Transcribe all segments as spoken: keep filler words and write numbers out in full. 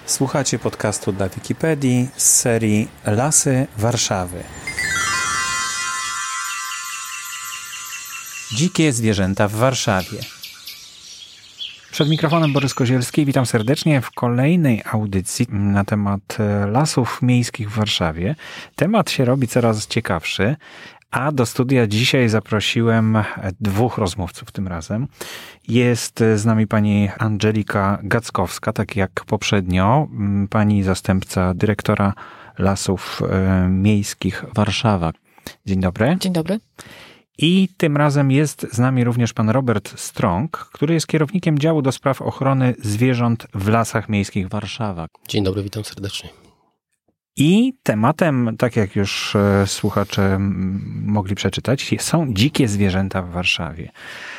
Słuchacie podcastu dla Wikipedii z serii Lasy Warszawy. Dzikie zwierzęta w Warszawie. Przed mikrofonem Borys Kozielski. Witam serdecznie w kolejnej audycji na temat lasów miejskich w Warszawie. Temat się robi coraz ciekawszy, a do studia dzisiaj zaprosiłem dwóch rozmówców tym razem. Jest z nami pani Andżelika Gackowska, tak jak poprzednio, pani zastępca dyrektora Lasów Miejskich Warszawa. Dzień dobry. Dzień dobry. I tym razem jest z nami również pan Robert Strąg, który jest kierownikiem działu do spraw ochrony zwierząt w Lasach Miejskich Warszawa. Dzień dobry, witam serdecznie. I tematem, tak jak już słuchacze mogli przeczytać, są dzikie zwierzęta w Warszawie.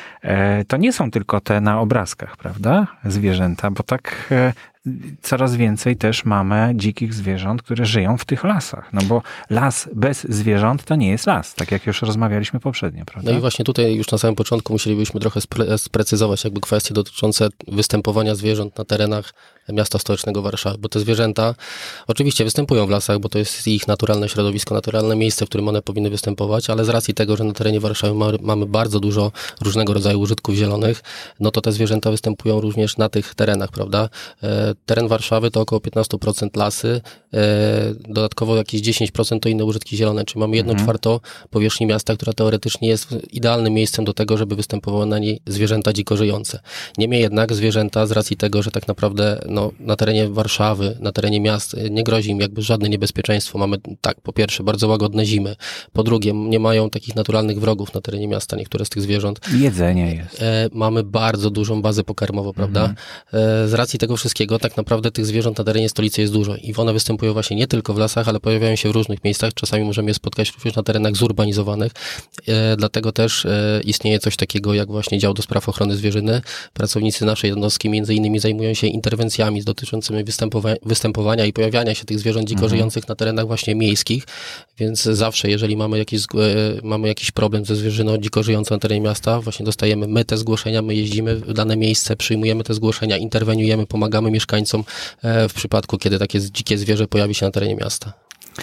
To nie są tylko te na obrazkach, prawda? Zwierzęta, bo tak coraz więcej też mamy dzikich zwierząt, które żyją w tych lasach. No bo las bez zwierząt to nie jest las, tak jak już rozmawialiśmy poprzednio, prawda? No i właśnie tutaj już na samym początku musielibyśmy trochę spre- sprecyzować jakby kwestie dotyczące występowania zwierząt na terenach miasta stołecznego Warszawy, bo te zwierzęta oczywiście występują w lasach, bo to jest ich naturalne środowisko, naturalne miejsce, w którym one powinny występować, ale z racji tego, że na terenie Warszawy ma, mamy bardzo dużo różnego rodzaju użytków zielonych, no to te zwierzęta występują również na tych terenach, prawda? E, teren Warszawy to około piętnaście procent lasy, e, dodatkowo jakieś dziesięć procent to inne użytki zielone, czyli mamy jedną czwartą powierzchni miasta, która teoretycznie jest idealnym miejscem do tego, żeby występowały na niej zwierzęta dziko żyjące. Niemniej jednak zwierzęta z racji tego, że tak naprawdę no, na terenie Warszawy, na terenie miast nie grozi im jakby żadne niebezpieczeństwo. Mamy tak, po pierwsze bardzo łagodne zimy, po drugie nie mają takich naturalnych wrogów na terenie miasta, niektóre z tych zwierząt. Jedzenie jest. E, mamy bardzo dużą bazę pokarmową, prawda? Mhm. E, z racji tego wszystkiego tak naprawdę tych zwierząt na terenie stolicy jest dużo i one występują właśnie nie tylko w lasach, ale pojawiają się w różnych miejscach. Czasami możemy je spotkać również na terenach zurbanizowanych. E, dlatego też e, istnieje coś takiego jak właśnie dział do spraw ochrony zwierzyny. Pracownicy naszej jednostki między innymi zajmują się interwencjami dotyczącymi występowa- występowania i pojawiania się tych zwierząt dziko żyjących na terenach właśnie miejskich, więc zawsze, jeżeli mamy jakiś, mamy jakiś problem ze zwierzyną dziko żyjącą na terenie miasta, właśnie dostajemy my te zgłoszenia, my jeździmy w dane miejsce, przyjmujemy te zgłoszenia, interweniujemy, pomagamy mieszkańcom w przypadku, kiedy takie dzikie zwierzę pojawi się na terenie miasta.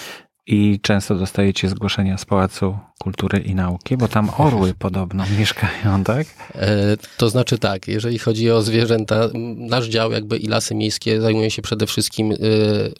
I często dostajecie zgłoszenia z Pałacu Kultury i Nauki, bo tam orły podobno mieszkają, tak? E, to znaczy tak, jeżeli chodzi o zwierzęta, nasz dział jakby i lasy miejskie zajmuje się przede wszystkim y,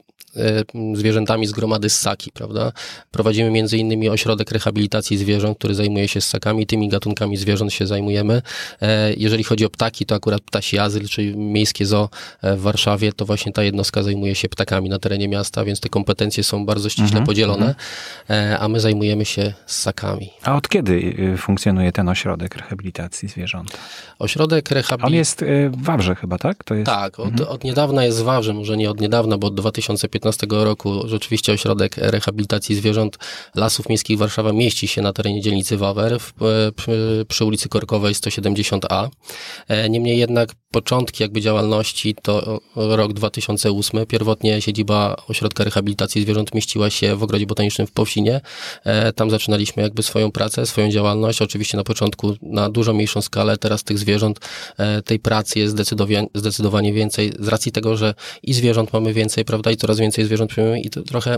zwierzętami z gromady ssaki, prawda? Prowadzimy między innymi ośrodek rehabilitacji zwierząt, który zajmuje się ssakami, tymi gatunkami zwierząt się zajmujemy. Jeżeli chodzi o ptaki, to akurat Ptasi Azyl, czyli miejskie zoo w Warszawie, to właśnie ta jednostka zajmuje się ptakami na terenie miasta, więc te kompetencje są bardzo ściśle mhm, podzielone, mhm. a my zajmujemy się ssakami. A od kiedy funkcjonuje ten ośrodek rehabilitacji zwierząt? Ośrodek rehabilitacji... On jest w Wawrze chyba, tak? To jest... Tak, od, mhm. od niedawna jest w Wawrze, może nie od niedawna, bo od dwa tysiące piętnastego roku rzeczywiście ośrodek rehabilitacji zwierząt Lasów Miejskich Warszawa mieści się na terenie dzielnicy Wawer w, przy, przy ulicy Korkowej sto siedemdziesiąt A. Niemniej jednak początki jakby działalności to rok dwa tysiące ósmy. Pierwotnie siedziba ośrodka rehabilitacji zwierząt mieściła się w Ogrodzie Botanicznym w Powsinie. Tam zaczynaliśmy jakby swoją pracę, swoją działalność. Oczywiście na początku na dużo mniejszą skalę. Teraz tych zwierząt, tej pracy jest zdecydowanie, zdecydowanie więcej z racji tego, że i zwierząt mamy więcej, prawda, i coraz więcej zwierząt przyjmujemy i to trochę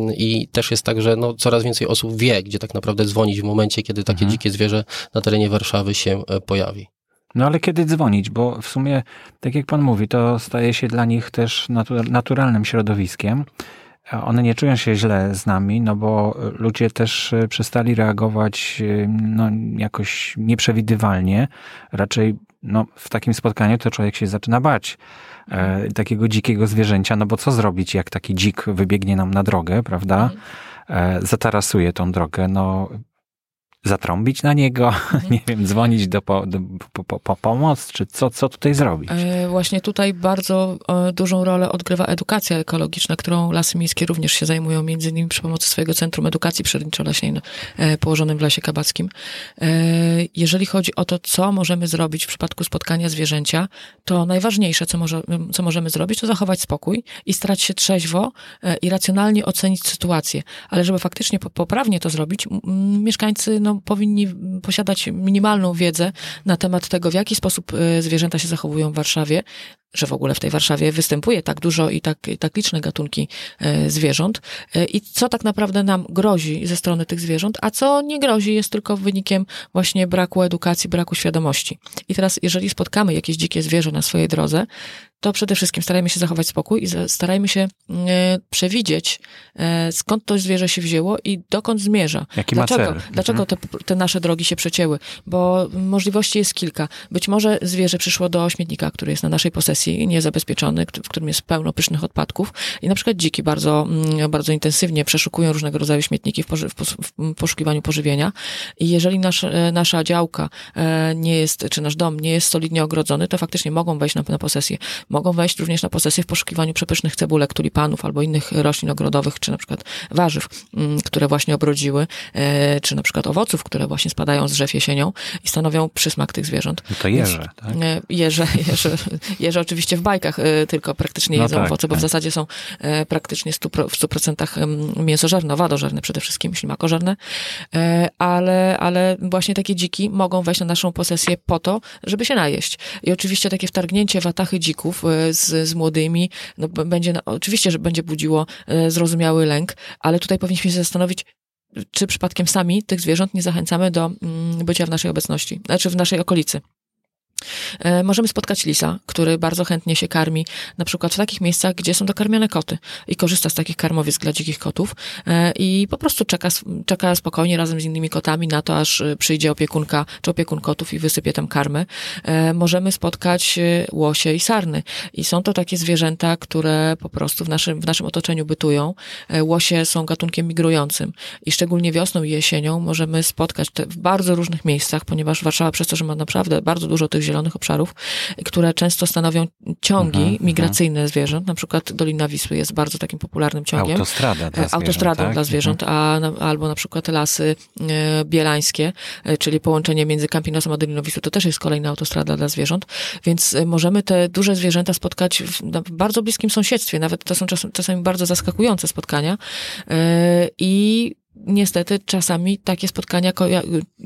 i też jest tak, że no, coraz więcej osób wie, gdzie tak naprawdę dzwonić w momencie, kiedy takie mhm. dzikie zwierzę na terenie Warszawy się pojawi. No ale kiedy dzwonić? Bo w sumie, tak jak pan mówi, to staje się dla nich też natur- naturalnym środowiskiem. One nie czują się źle z nami, no bo ludzie też przestali reagować no, jakoś nieprzewidywalnie. Raczej no, w takim spotkaniu to człowiek się zaczyna bać e, takiego dzikiego zwierzęcia, no bo co zrobić, jak taki dzik wybiegnie nam na drogę, prawda? E, zatarasuje tą drogę, no zatrąbić na niego, mhm. nie wiem, dzwonić do, po, do po, po, po pomoc, czy co, co tutaj zrobić? E, właśnie tutaj bardzo e, dużą rolę odgrywa edukacja ekologiczna, którą Lasy Miejskie również się zajmują, między innymi przy pomocy swojego Centrum Edukacji Przyrodniczo-Leśnej e, położonym w Lesie Kabackim. E, jeżeli chodzi o to, co możemy zrobić w przypadku spotkania zwierzęcia, to najważniejsze, co, może, co możemy zrobić, to zachować spokój i starać się trzeźwo e, i racjonalnie ocenić sytuację. Ale żeby faktycznie poprawnie to zrobić, m, mieszkańcy no, powinni posiadać minimalną wiedzę na temat tego, w jaki sposób zwierzęta się zachowują w Warszawie, że w ogóle w tej Warszawie występuje tak dużo i tak, i tak liczne gatunki e, zwierząt e, i co tak naprawdę nam grozi ze strony tych zwierząt, a co nie grozi, jest tylko wynikiem właśnie braku edukacji, braku świadomości. I teraz, jeżeli spotkamy jakieś dzikie zwierzę na swojej drodze, to przede wszystkim starajmy się zachować spokój i starajmy się e, przewidzieć, e, skąd to zwierzę się wzięło i dokąd zmierza. Jaki dlaczego, ma cel? Dlaczego te, te nasze drogi się przecięły? Bo możliwości jest kilka. Być może zwierzę przyszło do śmietnika, który jest na naszej posesji, niezabezpieczony, w którym jest pełno pysznych odpadków i na przykład dziki bardzo, bardzo intensywnie przeszukują różnego rodzaju śmietniki w, poży, w, w poszukiwaniu pożywienia i jeżeli nasz, nasza działka e, nie jest, czy nasz dom nie jest solidnie ogrodzony, to faktycznie mogą wejść na, na posesję. Mogą wejść również na posesję w poszukiwaniu przepysznych cebulek, tulipanów albo innych roślin ogrodowych, czy na przykład warzyw, które właśnie obrodziły, czy na przykład owoców, które właśnie spadają z drzew jesienią i stanowią przysmak tych zwierząt. No to jeże, tak? Jeże, jeże, jeże oczywiście w bajkach tylko praktycznie jedzą no tak, owoce, bo tak. w zasadzie są praktycznie w stu procentach mięsożerne, owadożerne przede wszystkim, ślimakożerne, ale, ale właśnie takie dziki mogą wejść na naszą posesję po to, żeby się najeść. I oczywiście takie wtargnięcie w atachy dzików z, z młodymi, no będzie, no, oczywiście, że będzie budziło e, zrozumiały lęk, ale tutaj powinniśmy się zastanowić, czy przypadkiem sami tych zwierząt nie zachęcamy do mm, bycia w naszej obecności, znaczy w naszej okolicy. E, możemy spotkać lisa, który bardzo chętnie się karmi, na przykład w takich miejscach, gdzie są dokarmiane koty i korzysta z takich karmowiec dla dzikich kotów e, i po prostu czeka, czeka spokojnie razem z innymi kotami na to, aż przyjdzie opiekunka czy opiekun kotów i wysypie tam karmę. E, możemy spotkać łosie i sarny i są to takie zwierzęta, które po prostu w naszym, w naszym otoczeniu bytują. E, łosie są gatunkiem migrującym i szczególnie wiosną i jesienią możemy spotkać te w bardzo różnych miejscach, ponieważ Warszawa przez to, że ma naprawdę bardzo dużo tych zielonych obszarów, które często stanowią ciągi uh-huh, migracyjne uh-huh. zwierząt. Na przykład Dolina Wisły jest bardzo takim popularnym ciągiem. Autostrada dla zwierząt. Autostradą tak? dla zwierząt, a, albo na przykład lasy e, bielańskie, e, czyli połączenie między Campinosem a Doliną Wisły, to też jest kolejna autostrada dla zwierząt, więc e, możemy te duże zwierzęta spotkać w, w bardzo bliskim sąsiedztwie. Nawet to są czas, czasami bardzo zaskakujące spotkania e, i niestety czasami takie spotkania ko-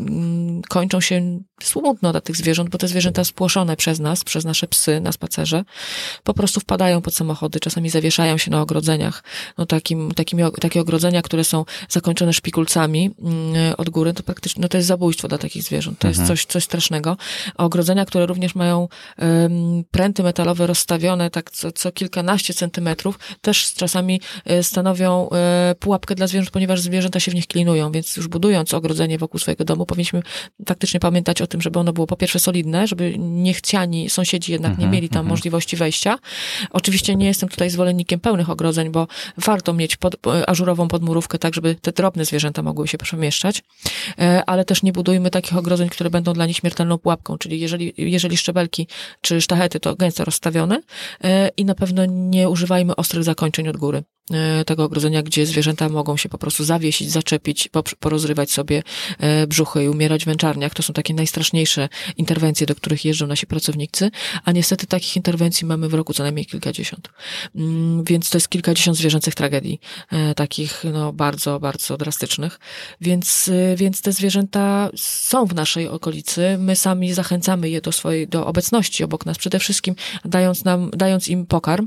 kończą się smutno dla tych zwierząt, bo te zwierzęta spłoszone przez nas, przez nasze psy na spacerze, po prostu wpadają pod samochody, czasami zawieszają się na ogrodzeniach. No takim, takimi, takie ogrodzenia, które są zakończone szpikulcami od góry, to praktycznie, no to jest zabójstwo dla takich zwierząt. To mhm. jest coś, coś strasznego. A ogrodzenia, które również mają um, pręty metalowe rozstawione tak co, co kilkanaście centymetrów, też czasami stanowią e, pułapkę dla zwierząt, ponieważ zwierzęta się w nich klinują, więc już budując ogrodzenie wokół swojego domu, powinniśmy faktycznie pamiętać o tym, żeby ono było po pierwsze solidne, żeby niechciani sąsiedzi jednak mm-hmm, nie mieli tam mm-hmm. możliwości wejścia. Oczywiście nie jestem tutaj zwolennikiem pełnych ogrodzeń, bo warto mieć pod, ażurową podmurówkę, tak żeby te drobne zwierzęta mogły się przemieszczać, ale też nie budujmy takich ogrodzeń, które będą dla nich śmiertelną pułapką, czyli jeżeli, jeżeli szczebelki czy sztachety, to gęsto rozstawione i na pewno nie używajmy ostrych zakończeń od góry tego ogrodzenia, gdzie zwierzęta mogą się po prostu zawiesić, zaczepić, porozrywać sobie brzuchy i umierać w męczarniach. To są takie najstraszniejsze interwencje, do których jeżdżą nasi pracownicy, a niestety takich interwencji mamy w roku co najmniej kilkadziesiąt. Więc to jest kilkadziesiąt zwierzęcych tragedii, takich no bardzo, bardzo drastycznych. Więc, więc te zwierzęta są w naszej okolicy. My sami zachęcamy je do swojej, do obecności obok nas, przede wszystkim dając nam, dając im pokarm,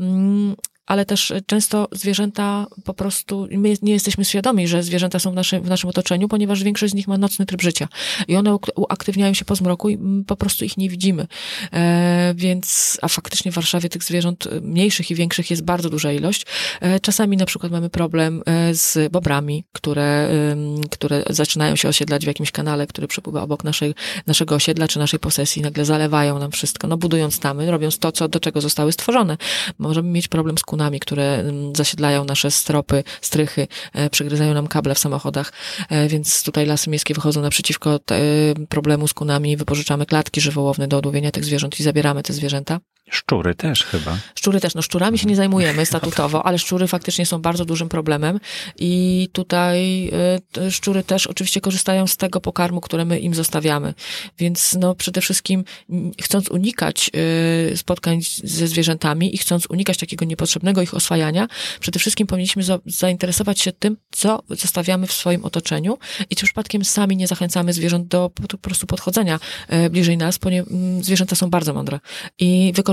ale też często zwierzęta po prostu, my nie jesteśmy świadomi, że zwierzęta są w naszym, w naszym otoczeniu, ponieważ większość z nich ma nocny tryb życia i one uaktywniają się po zmroku i po prostu ich nie widzimy. E, więc, a faktycznie w Warszawie tych zwierząt mniejszych i większych jest bardzo duża ilość. E, czasami na przykład mamy problem z bobrami, które, y, które zaczynają się osiedlać w jakimś kanale, który przepływa obok naszej, naszego osiedla czy naszej posesji, nagle zalewają nam wszystko, no budując tamy, robiąc to, co, do czego zostały stworzone. Możemy mieć problem z kunami, które zasiedlają nasze stropy, strychy, przegryzają nam kable w samochodach, więc tutaj Lasy Miejskie wychodzą naprzeciwko problemu z kunami, wypożyczamy klatki żywołowne do odłowienia tych zwierząt i zabieramy te zwierzęta. Szczury też chyba. Szczury też. No szczurami się nie zajmujemy statutowo, ale szczury faktycznie są bardzo dużym problemem i tutaj y, szczury też oczywiście korzystają z tego pokarmu, które my im zostawiamy. Więc no przede wszystkim chcąc unikać y, spotkań ze zwierzętami i chcąc unikać takiego niepotrzebnego ich oswajania, przede wszystkim powinniśmy za, zainteresować się tym, co zostawiamy w swoim otoczeniu i czy przypadkiem sami nie zachęcamy zwierząt do po, po prostu podchodzenia y, bliżej nas, ponieważ y, zwierzęta są bardzo mądre i wykorzystują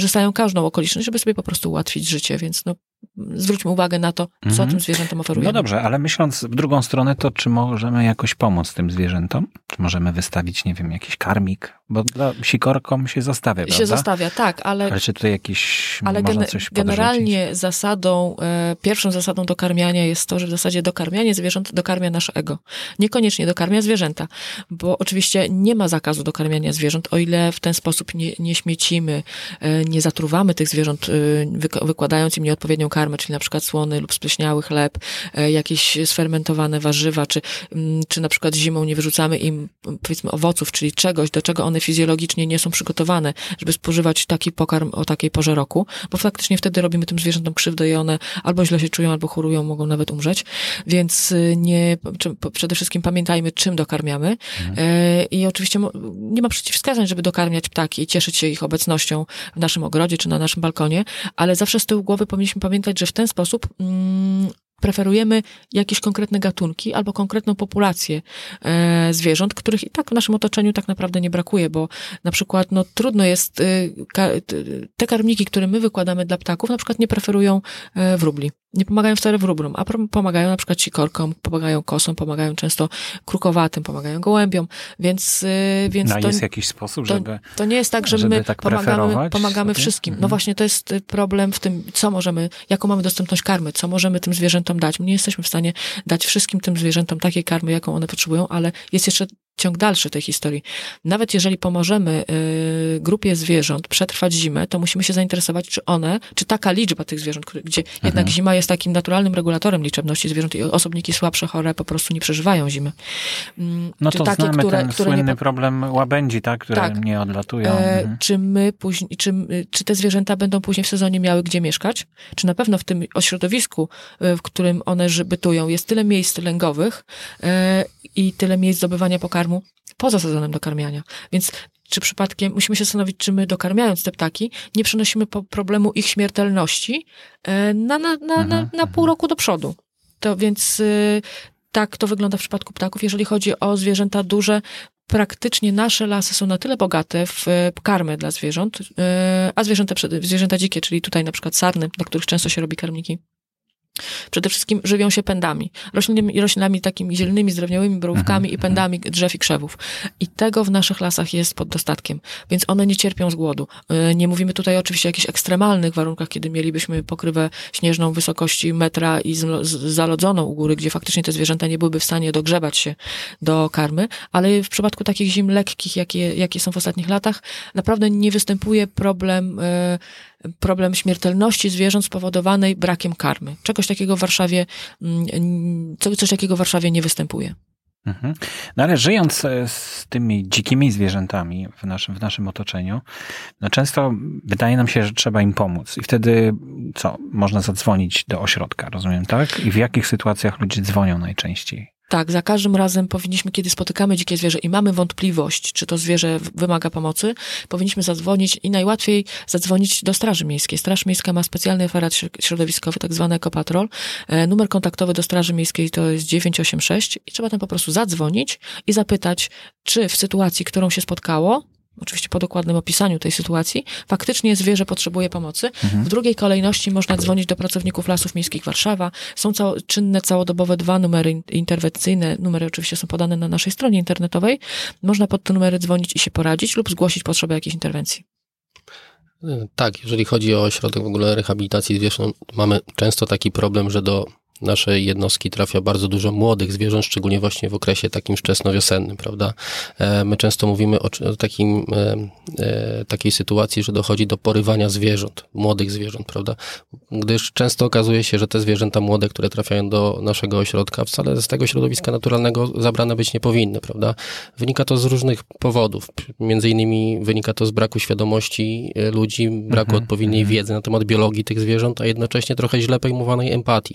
wykorzystają każdą okoliczność, żeby sobie po prostu ułatwić życie, więc no, zwróćmy uwagę na to, co mhm. tym zwierzętom oferujemy. No dobrze, ale myśląc w drugą stronę, to czy możemy jakoś pomóc tym zwierzętom? Czy możemy wystawić, nie wiem, jakiś karmik? Bo dla sikorkom się zostawia, prawda? Się zostawia, tak, ale... Ale czy tutaj jakiś, ale można gene- coś generalnie podrzucić? zasadą, e, pierwszą zasadą dokarmiania jest to, że w zasadzie dokarmianie zwierząt dokarmia nasze ego. Niekoniecznie dokarmia zwierzęta, bo oczywiście nie ma zakazu dokarmiania zwierząt, o ile w ten sposób nie, nie śmiecimy, e, nie zatruwamy tych zwierząt, e, wyk- wykładając im nieodpowiednią karmę, czyli na przykład słony lub spleśniały chleb, e, jakieś sfermentowane warzywa, czy, m, czy na przykład zimą nie wyrzucamy im, powiedzmy, owoców, czyli czegoś, do czego one fizjologicznie nie są przygotowane, żeby spożywać taki pokarm o takiej porze roku, bo faktycznie wtedy robimy tym zwierzętom krzywdę i one albo źle się czują, albo chorują, mogą nawet umrzeć. Więc nie, przede wszystkim pamiętajmy, czym dokarmiamy. Mhm. I oczywiście nie ma przeciwwskazań, żeby dokarmiać ptaki i cieszyć się ich obecnością w naszym ogrodzie czy na naszym balkonie, ale zawsze z tyłu głowy powinniśmy pamiętać, że w ten sposób mm, preferujemy jakieś konkretne gatunki albo konkretną populację e, zwierząt, których i tak w naszym otoczeniu tak naprawdę nie brakuje, bo na przykład no, trudno jest, y, ka, te karmniki, które my wykładamy dla ptaków, na przykład nie preferują e, wróbli. Nie pomagają wcale wróblom, a pomagają na przykład sikorkom, pomagają kosom, pomagają często krukowatym, pomagają gołębiom, więc... Yy, więc no, to jest jakiś sposób, to, żeby To nie jest tak, że my tak pomagamy, pomagamy sobie? wszystkim. Mhm. No właśnie to jest problem w tym, co możemy, jaką mamy dostępność karmy, co możemy tym zwierzętom dać. My nie jesteśmy w stanie dać wszystkim tym zwierzętom takiej karmy, jaką one potrzebują, ale jest jeszcze ciąg dalszy tej historii. Nawet jeżeli pomożemy y, grupie zwierząt przetrwać zimę, to musimy się zainteresować, czy one, czy taka liczba tych zwierząt, który, gdzie mhm. jednak zima jest takim naturalnym regulatorem liczebności zwierząt i osobniki słabsze, chore po prostu nie przeżywają zimy. Mm, no czy to takie, znamy które, ten które słynny nie... problem łabędzi, tak, które tak. nie odlatują. E, mhm. Czy my później, czy, czy te zwierzęta będą później w sezonie miały gdzie mieszkać? Czy na pewno w tym ośrodowisku, w którym one bytują, jest tyle miejsc lęgowych e, i tyle miejsc zdobywania pokarmu poza sezonem dokarmiania. Więc czy przypadkiem musimy się zastanowić, czy my dokarmiając te ptaki nie przenosimy po problemu ich śmiertelności na, na, na, mhm. na, na pół roku do przodu. To więc tak to wygląda w przypadku ptaków. Jeżeli chodzi o zwierzęta duże, praktycznie nasze lasy są na tyle bogate w karmę dla zwierząt, a zwierzęta, zwierzęta dzikie, czyli tutaj na przykład sarny, dla których często się robi karmniki, przede wszystkim żywią się pędami, roślinami, roślinami takimi zielonymi, zdrewniałymi borówkami i pędami drzew i krzewów. I tego w naszych lasach jest pod dostatkiem, więc one nie cierpią z głodu. Nie mówimy tutaj oczywiście o jakichś ekstremalnych warunkach, kiedy mielibyśmy pokrywę śnieżną w wysokości metra i z, z, zalodzoną u góry, gdzie faktycznie te zwierzęta nie byłyby w stanie dogrzebać się do karmy, ale w przypadku takich zim lekkich, jakie, jakie są w ostatnich latach, naprawdę nie występuje problem e, problem śmiertelności zwierząt spowodowanej brakiem karmy. Czegoś takiego w Warszawie, coś takiego w Warszawie nie występuje. Mhm. No ale żyjąc z tymi dzikimi zwierzętami w naszym, w naszym otoczeniu, no często wydaje nam się, że trzeba im pomóc. I wtedy co? Można zadzwonić do ośrodka, rozumiem, tak? I w jakich sytuacjach ludzie dzwonią najczęściej? Tak, za każdym razem powinniśmy, kiedy spotykamy dzikie zwierzę i mamy wątpliwość, czy to zwierzę wymaga pomocy, powinniśmy zadzwonić i najłatwiej zadzwonić do Straży Miejskiej. Straż Miejska ma specjalny aparat środowiskowy, tak zwany ekopatrol. Numer kontaktowy do Straży Miejskiej to jest dziewięć osiem sześć i trzeba tam po prostu zadzwonić i zapytać, czy w sytuacji, którą się spotkało, oczywiście po dokładnym opisaniu tej sytuacji, faktycznie zwierzę potrzebuje pomocy. Mhm. W drugiej kolejności można dzwonić do pracowników Lasów Miejskich Warszawa. Są cało, czynne całodobowe dwa numery interwencyjne. Numery oczywiście są podane na naszej stronie internetowej. Można pod te numery dzwonić i się poradzić lub zgłosić potrzebę jakiejś interwencji. Tak, jeżeli chodzi o ośrodek w ogóle rehabilitacji zwierząt, mamy często taki problem, że do naszej jednostki trafia bardzo dużo młodych zwierząt, szczególnie właśnie w okresie takim wczesnowiosennym, prawda? My często mówimy o takim, takiej sytuacji, że dochodzi do porywania zwierząt, młodych zwierząt, prawda? Gdyż często okazuje się, że te zwierzęta młode, które trafiają do naszego ośrodka, wcale z tego środowiska naturalnego zabrane być nie powinny, prawda? Wynika to z różnych powodów. Między innymi wynika to z braku świadomości ludzi, braku mhm, odpowiedniej mhm. wiedzy na temat biologii tych zwierząt, a jednocześnie trochę źle pojmowanej empatii.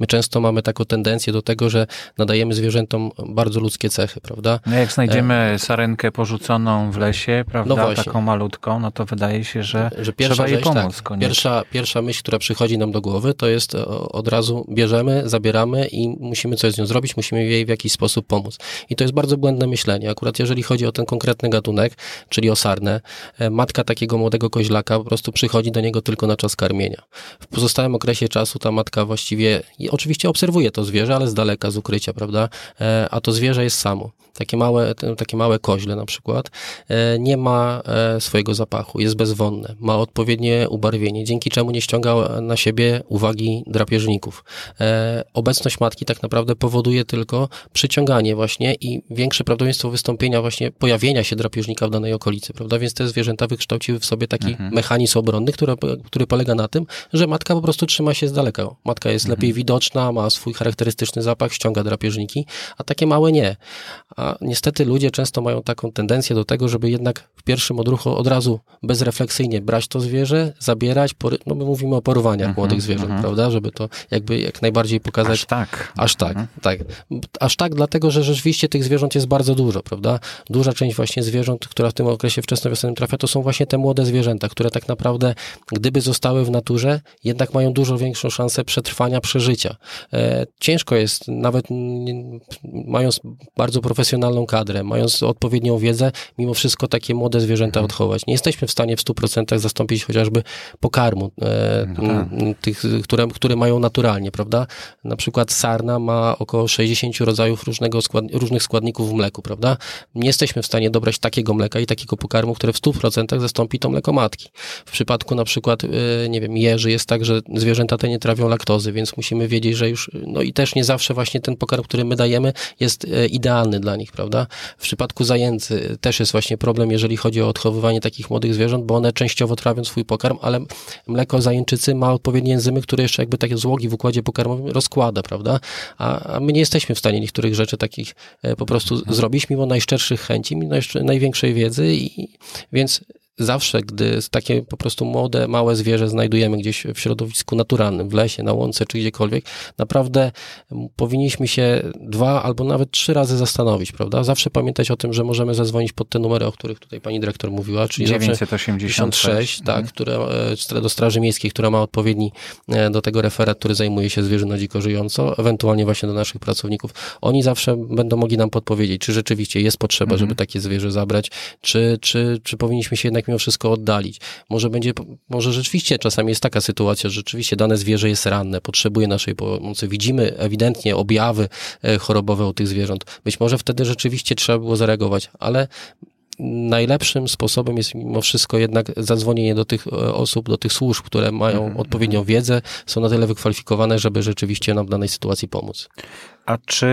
My często mamy taką tendencję do tego, że nadajemy zwierzętom bardzo ludzkie cechy, prawda? No jak znajdziemy sarenkę porzuconą w lesie, prawda, no taką malutką, no to wydaje się, że, że pierwsza trzeba jej rzecz, pomóc. Tak, pierwsza, pierwsza myśl, która przychodzi nam do głowy, to jest od razu bierzemy, zabieramy i musimy coś z nią zrobić, musimy jej w jakiś sposób pomóc. I to jest bardzo błędne myślenie. Akurat jeżeli chodzi o ten konkretny gatunek, czyli o sarnę, matka takiego młodego koźlaka po prostu przychodzi do niego tylko na czas karmienia. W pozostałym okresie czasu ta matka właściwie, i oczywiście obserwuje to zwierzę, ale z daleka, z ukrycia, prawda? A to zwierzę jest samo. Takie małe, takie małe koźle na przykład, nie ma swojego zapachu, jest bezwonne, ma odpowiednie ubarwienie, dzięki czemu nie ściąga na siebie uwagi drapieżników. Obecność matki tak naprawdę powoduje tylko przyciąganie właśnie i większe prawdopodobieństwo wystąpienia właśnie, pojawienia się drapieżnika w danej okolicy, prawda? Więc te zwierzęta wykształciły w sobie taki mhm. mechanizm obronny, który, który polega na tym, że matka po prostu trzyma się z daleka. Matka jest mhm. lepiej widoczna, ma swój charakterystyczny zapach, ściąga drapieżniki, a takie małe nie. A niestety ludzie często mają taką tendencję do tego, żeby jednak w pierwszym odruchu od razu bezrefleksyjnie brać to zwierzę, zabierać, pory... no my mówimy o porwaniach mm-hmm, młodych zwierząt, mm-hmm. prawda, żeby to jakby jak najbardziej pokazać. Aż tak. Aż tak, mm-hmm. tak. Aż tak dlatego, że rzeczywiście tych zwierząt jest bardzo dużo, prawda. Duża część właśnie zwierząt, która w tym okresie wczesnowiosennym trafia, to są właśnie te młode zwierzęta, które tak naprawdę, gdyby zostały w naturze, jednak mają dużo większą szansę przetrwania, przeżycia. E, ciężko jest, nawet m, mając bardzo profesjonalną kadrę, mając odpowiednią wiedzę, mimo wszystko takie młode zwierzęta odchować. Nie jesteśmy w stanie w stu procentach zastąpić chociażby pokarmu, e, no tych, które, które mają naturalnie, prawda? Na przykład sarna ma około sześćdziesiąt rodzajów różnego skład, różnych składników w mleku, prawda? Nie jesteśmy w stanie dobrać takiego mleka i takiego pokarmu, które w stu procentach zastąpi to mleko matki. W przypadku na przykład, e, nie wiem, jeży jest tak, że zwierzęta te nie trawią laktozy, więc musimy wiedzieć, że już, no i też nie zawsze właśnie ten pokarm, który my dajemy, jest e, idealny dla nich, prawda? W przypadku zajęcy też jest właśnie problem, jeżeli chodzi o odchowywanie takich młodych zwierząt, bo one częściowo trawią swój pokarm, ale mleko zajęczycy ma odpowiednie enzymy, które jeszcze jakby takie złogi w układzie pokarmowym rozkłada, prawda? A, a my nie jesteśmy w stanie niektórych rzeczy takich e, po prostu mhm. zrobić, mimo najszczerszych chęci, mimo największej wiedzy i więc zawsze, gdy takie po prostu młode, małe zwierzę znajdujemy gdzieś w środowisku naturalnym, w lesie, na łące czy gdziekolwiek, naprawdę powinniśmy się dwa albo nawet trzy razy zastanowić, prawda? Zawsze pamiętać o tym, że możemy zadzwonić pod te numery, o których tutaj pani dyrektor mówiła, czyli dziewięćset osiemdziesiąt sześć, tak, mhm. które, do Straży Miejskiej, która ma odpowiedni do tego referat, który zajmuje się zwierzyną dziko żyjącą, ewentualnie właśnie do naszych pracowników. Oni zawsze będą mogli nam podpowiedzieć, czy rzeczywiście jest potrzeba, mhm. żeby takie zwierzę zabrać, czy, czy, czy powinniśmy się jednak mimo wszystko oddalić. Może będzie, może rzeczywiście czasami jest taka sytuacja, że rzeczywiście dane zwierzę jest ranne, potrzebuje naszej pomocy. Widzimy ewidentnie objawy chorobowe u tych zwierząt. Być może wtedy rzeczywiście trzeba było zareagować, ale najlepszym sposobem jest mimo wszystko jednak zadzwonienie do tych osób, do tych służb, które mają mm-hmm. odpowiednią wiedzę, są na tyle wykwalifikowane, żeby rzeczywiście nam w danej sytuacji pomóc. A czy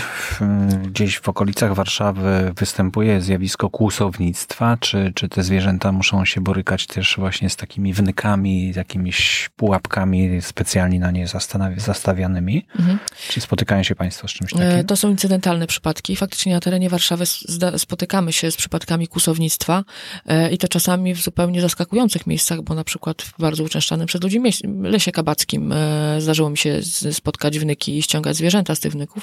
gdzieś w okolicach Warszawy występuje zjawisko kłusownictwa? Czy, czy te zwierzęta muszą się borykać też właśnie z takimi wnykami, jakimiś pułapkami specjalnie na nie zastawianymi? Mhm. Czy spotykają się Państwo z czymś takim? To są incydentalne przypadki. Faktycznie na terenie Warszawy spotykamy się z przypadkami kłusownictwa i to czasami w zupełnie zaskakujących miejscach, bo na przykład w bardzo uczęszczanym przez ludzi Lesie Kabackim zdarzyło mi się spotkać wnyki i ściągać zwierzęta z tych wnyków.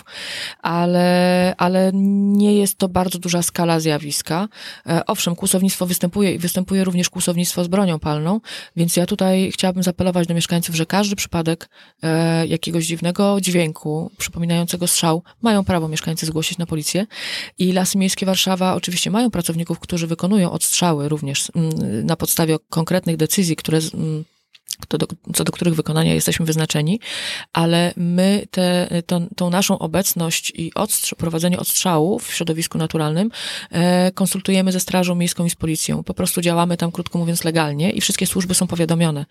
Ale, ale nie jest to bardzo duża skala zjawiska. Owszem, kłusownictwo występuje i występuje również kłusownictwo z bronią palną, więc ja tutaj chciałabym zaapelować do mieszkańców, że każdy przypadek e, jakiegoś dziwnego dźwięku przypominającego strzał mają prawo mieszkańcy zgłosić na policję i Lasy Miejskie Warszawa oczywiście mają pracowników, którzy wykonują odstrzały również m, na podstawie konkretnych decyzji, które m, To do, co do których wykonania jesteśmy wyznaczeni, ale my te, to, tą naszą obecność i odstrz- prowadzenie odstrzałów w środowisku naturalnym e, konsultujemy ze Strażą Miejską i z Policją. Po prostu działamy tam, krótko mówiąc, legalnie i wszystkie służby są powiadomione.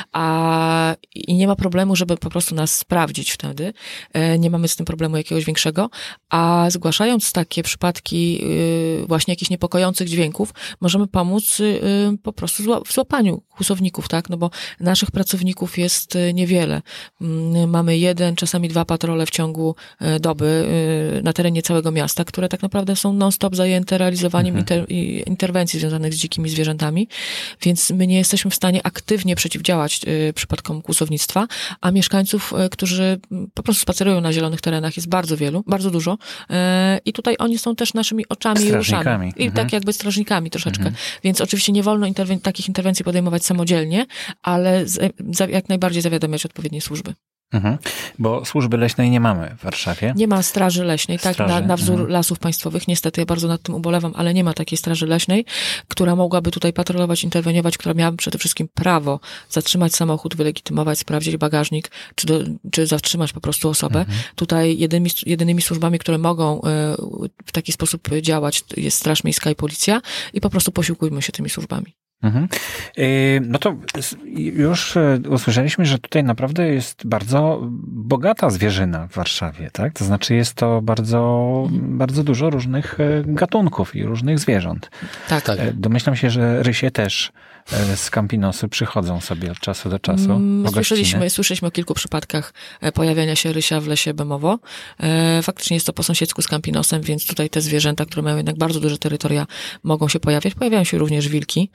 A, i nie ma problemu, żeby po prostu nas sprawdzić wtedy. E, nie mamy z tym problemu jakiegoś większego, a zgłaszając takie przypadki y, właśnie jakichś niepokojących dźwięków, możemy pomóc y, po prostu w złapaniu kłusowników, tak? No bo nasze naszych pracowników jest niewiele. Mamy jeden, czasami dwa patrole w ciągu doby na terenie całego miasta, które tak naprawdę są non-stop zajęte realizowaniem mhm. inter, interwencji związanych z dzikimi zwierzętami, więc my nie jesteśmy w stanie aktywnie przeciwdziałać przypadkom kłusownictwa, a mieszkańców, którzy po prostu spacerują na zielonych terenach jest bardzo wielu, bardzo dużo i tutaj oni są też naszymi oczami i uszami. I mhm. tak jakby strażnikami troszeczkę. Mhm. Więc oczywiście nie wolno interwen- takich interwencji podejmować samodzielnie, ale z, za, jak najbardziej zawiadamiać odpowiednie służby. Mhm. Bo służby leśnej nie mamy w Warszawie. Nie ma straży leśnej, straży. tak, na, na wzór mhm. lasów państwowych. Niestety ja bardzo nad tym ubolewam, ale nie ma takiej straży leśnej, która mogłaby tutaj patrolować, interweniować, która miałaby przede wszystkim prawo zatrzymać samochód, wylegitymować, sprawdzić bagażnik, czy, do, czy zatrzymać po prostu osobę. Mhm. Tutaj jedynymi, jedynymi służbami, które mogą w taki sposób działać, jest Straż Miejska i Policja i po prostu posiłkujmy się tymi służbami. Mhm. No to już usłyszeliśmy, że tutaj naprawdę jest bardzo bogata zwierzyna w Warszawie, tak? To znaczy jest to bardzo, mhm. bardzo dużo różnych gatunków i różnych zwierząt. Tak, tak. Domyślam się, że rysie też z Campinosy przychodzą sobie od czasu do czasu. Słyszeliśmy, słyszeliśmy o kilku przypadkach pojawiania się rysia w lesie Bemowo. Faktycznie jest to po sąsiedzku z Campinosem, więc tutaj te zwierzęta, które mają jednak bardzo duże terytoria, mogą się pojawiać. Pojawiają się również wilki.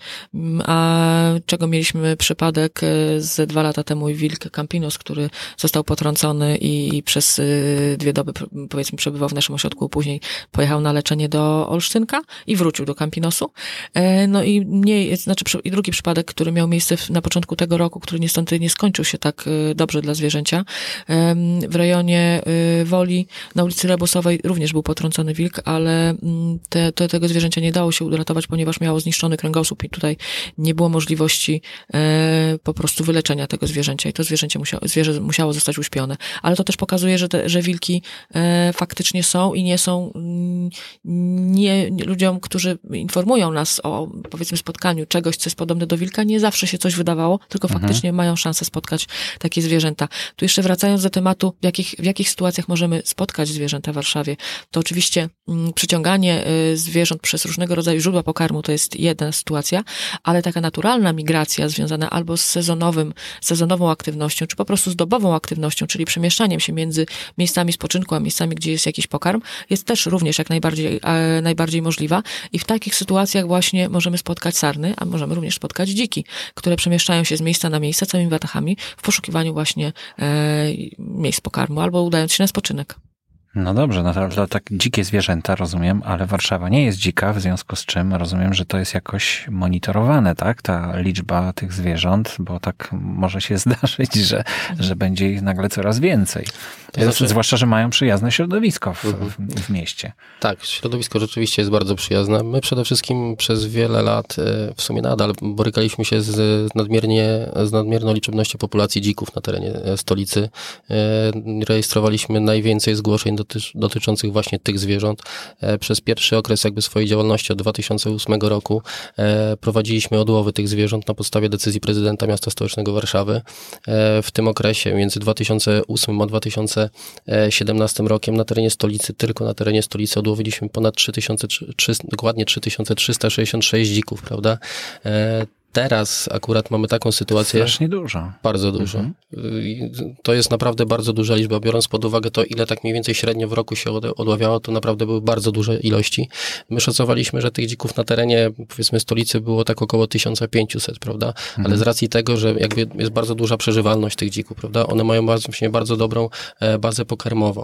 A czego mieliśmy przypadek z dwa lata temu, wilk Campinos, który został potrącony i, i przez dwie doby, powiedzmy, przebywał w naszym ośrodku, później pojechał na leczenie do Olsztynka i wrócił do Campinosu. No i nie, znaczy i drugi przypadek, który miał miejsce na początku tego roku, który niestety nie skończył się tak dobrze dla zwierzęcia. W rejonie Woli, na ulicy Rebusowej również był potrącony wilk, ale te, te, tego zwierzęcia nie dało się uratować, ponieważ miało zniszczony kręgosłup i tutaj nie było możliwości e, po prostu wyleczenia tego zwierzęcia i to zwierzęcie musiało, zwierzę musiało zostać uśpione. Ale to też pokazuje, że, te, że wilki e, faktycznie są i nie są nie, nie ludziom, którzy informują nas o, powiedzmy, spotkaniu czegoś, co jest podobne do wilka, nie zawsze się coś wydawało, tylko mhm. faktycznie mają szansę spotkać takie zwierzęta. Tu jeszcze wracając do tematu, w jakich, w jakich sytuacjach możemy spotkać zwierzęta w Warszawie, to oczywiście m, przyciąganie y, zwierząt przez różnego rodzaju źródła pokarmu to jest jedna sytuacja, ale taka naturalna migracja związana albo z sezonowym, sezonową aktywnością, czy po prostu z dobową aktywnością, czyli przemieszczaniem się między miejscami spoczynku, a miejscami, gdzie jest jakiś pokarm, jest też również jak najbardziej, e, najbardziej możliwa i w takich sytuacjach właśnie możemy spotkać sarny, a możemy również spotkać dziki, które przemieszczają się z miejsca na miejsce całymi watachami w poszukiwaniu właśnie e, miejsc pokarmu albo udając się na spoczynek. No dobrze, no to, to tak dzikie zwierzęta, rozumiem, ale Warszawa nie jest dzika, w związku z czym rozumiem, że to jest jakoś monitorowane, tak? Ta liczba tych zwierząt, bo tak może się zdarzyć, że, że będzie ich nagle coraz więcej. To znaczy... Zwłaszcza, że mają przyjazne środowisko w, w, w mieście. Tak, środowisko rzeczywiście jest bardzo przyjazne. My przede wszystkim przez wiele lat, w sumie nadal, borykaliśmy się z, nadmiernie, z nadmierną liczebnością populacji dzików na terenie stolicy. Rejestrowaliśmy najwięcej zgłoszeń dotyczy, dotyczących właśnie tych zwierząt. Przez pierwszy okres jakby swojej działalności od dwa tysiące ósmego roku prowadziliśmy odłowy tych zwierząt na podstawie decyzji prezydenta miasta stołecznego Warszawy. W tym okresie między dwa tysiące ósmym a dwa tysiące siedemnastym rokiem na terenie stolicy, tylko na terenie stolicy odłowiliśmy ponad trzy tysiące trzysta, dokładnie trzy tysiące trzysta sześćdziesiąt sześć dzików, prawda? Teraz akurat mamy taką sytuację. Strasznie dużo. Bardzo dużo. Mhm. To jest naprawdę bardzo duża liczba. Biorąc pod uwagę to, ile tak mniej więcej średnio w roku się odławiało, to naprawdę były bardzo duże ilości. My szacowaliśmy, że tych dzików na terenie, powiedzmy, stolicy było tak około tysiąc pięćset, prawda? Mhm. Ale z racji tego, że jakby jest bardzo duża przeżywalność tych dzików, prawda? One mają bardzo, bardzo dobrą bazę pokarmową.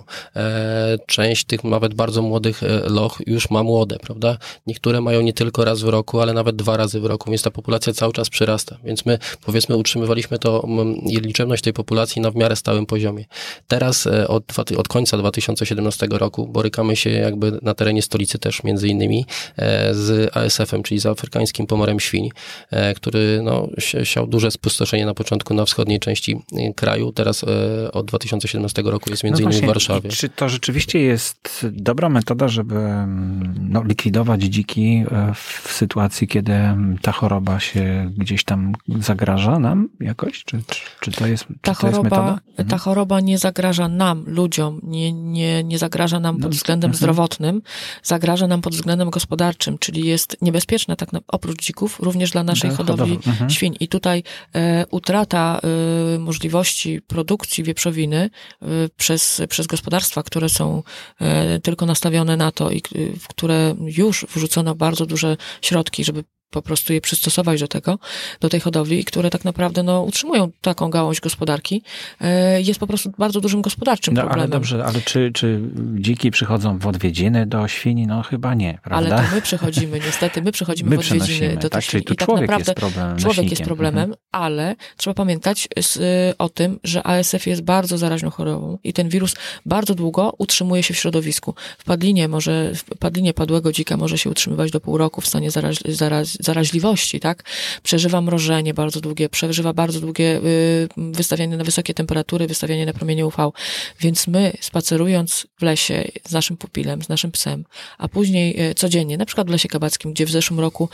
Część tych nawet bardzo młodych loch już ma młode, prawda? Niektóre mają nie tylko raz w roku, ale nawet dwa razy w roku, więc ta populacja cały czas przyrasta, więc my, powiedzmy, utrzymywaliśmy to, liczebność tej populacji na w miarę stałym poziomie. Teraz od, od końca dwa tysiące siedemnastego roku borykamy się jakby na terenie stolicy też między innymi z A S F-em, czyli z afrykańskim pomorem świń, który no, siał duże spustoszenie na początku na wschodniej części kraju, teraz od dwa tysiące siedemnastego roku jest między no innymi właśnie, w Warszawie. Czy to rzeczywiście jest dobra metoda, żeby no, likwidować dziki w sytuacji, kiedy ta choroba się gdzieś tam zagraża nam jakoś? Czy, czy, czy to jest, czy ta to jest choroba, metoda? Mhm. Ta choroba nie zagraża nam, ludziom, nie, nie, nie zagraża nam pod względem mhm. zdrowotnym, zagraża nam pod względem gospodarczym, czyli jest niebezpieczna tak na, oprócz dzików, również dla naszej dla hodowli mhm. świń. I tutaj e, utrata e, możliwości produkcji wieprzowiny e, przez, przez gospodarstwa, które są e, tylko nastawione na to i w które już wrzucono bardzo duże środki, żeby po prostu je przystosować do tego, do tej hodowli, które tak naprawdę no, utrzymują taką gałąź gospodarki, jest po prostu bardzo dużym gospodarczym no, problemem. Ale dobrze, ale czy, czy dziki przychodzą w odwiedziny do świni? No chyba nie, prawda? Ale to my przychodzimy, niestety, my przychodzimy my w odwiedziny do tak? tych Czyli tu i tak człowiek naprawdę jest problemem. Człowiek jest problemem, mhm. ale trzeba pamiętać z, o tym, że A S F jest bardzo zaraźną chorobą i ten wirus bardzo długo utrzymuje się w środowisku. W padlinie może, w padlinie padłego dzika może się utrzymywać do pół roku w stanie zaraz, zaraz, zaraźliwości, tak? Przeżywa mrożenie bardzo długie, przeżywa bardzo długie y, wystawianie na wysokie temperatury, wystawianie na promienie U V. Więc my, spacerując w lesie z naszym pupilem, z naszym psem, a później y, codziennie, na przykład w Lesie Kabackim, gdzie w zeszłym roku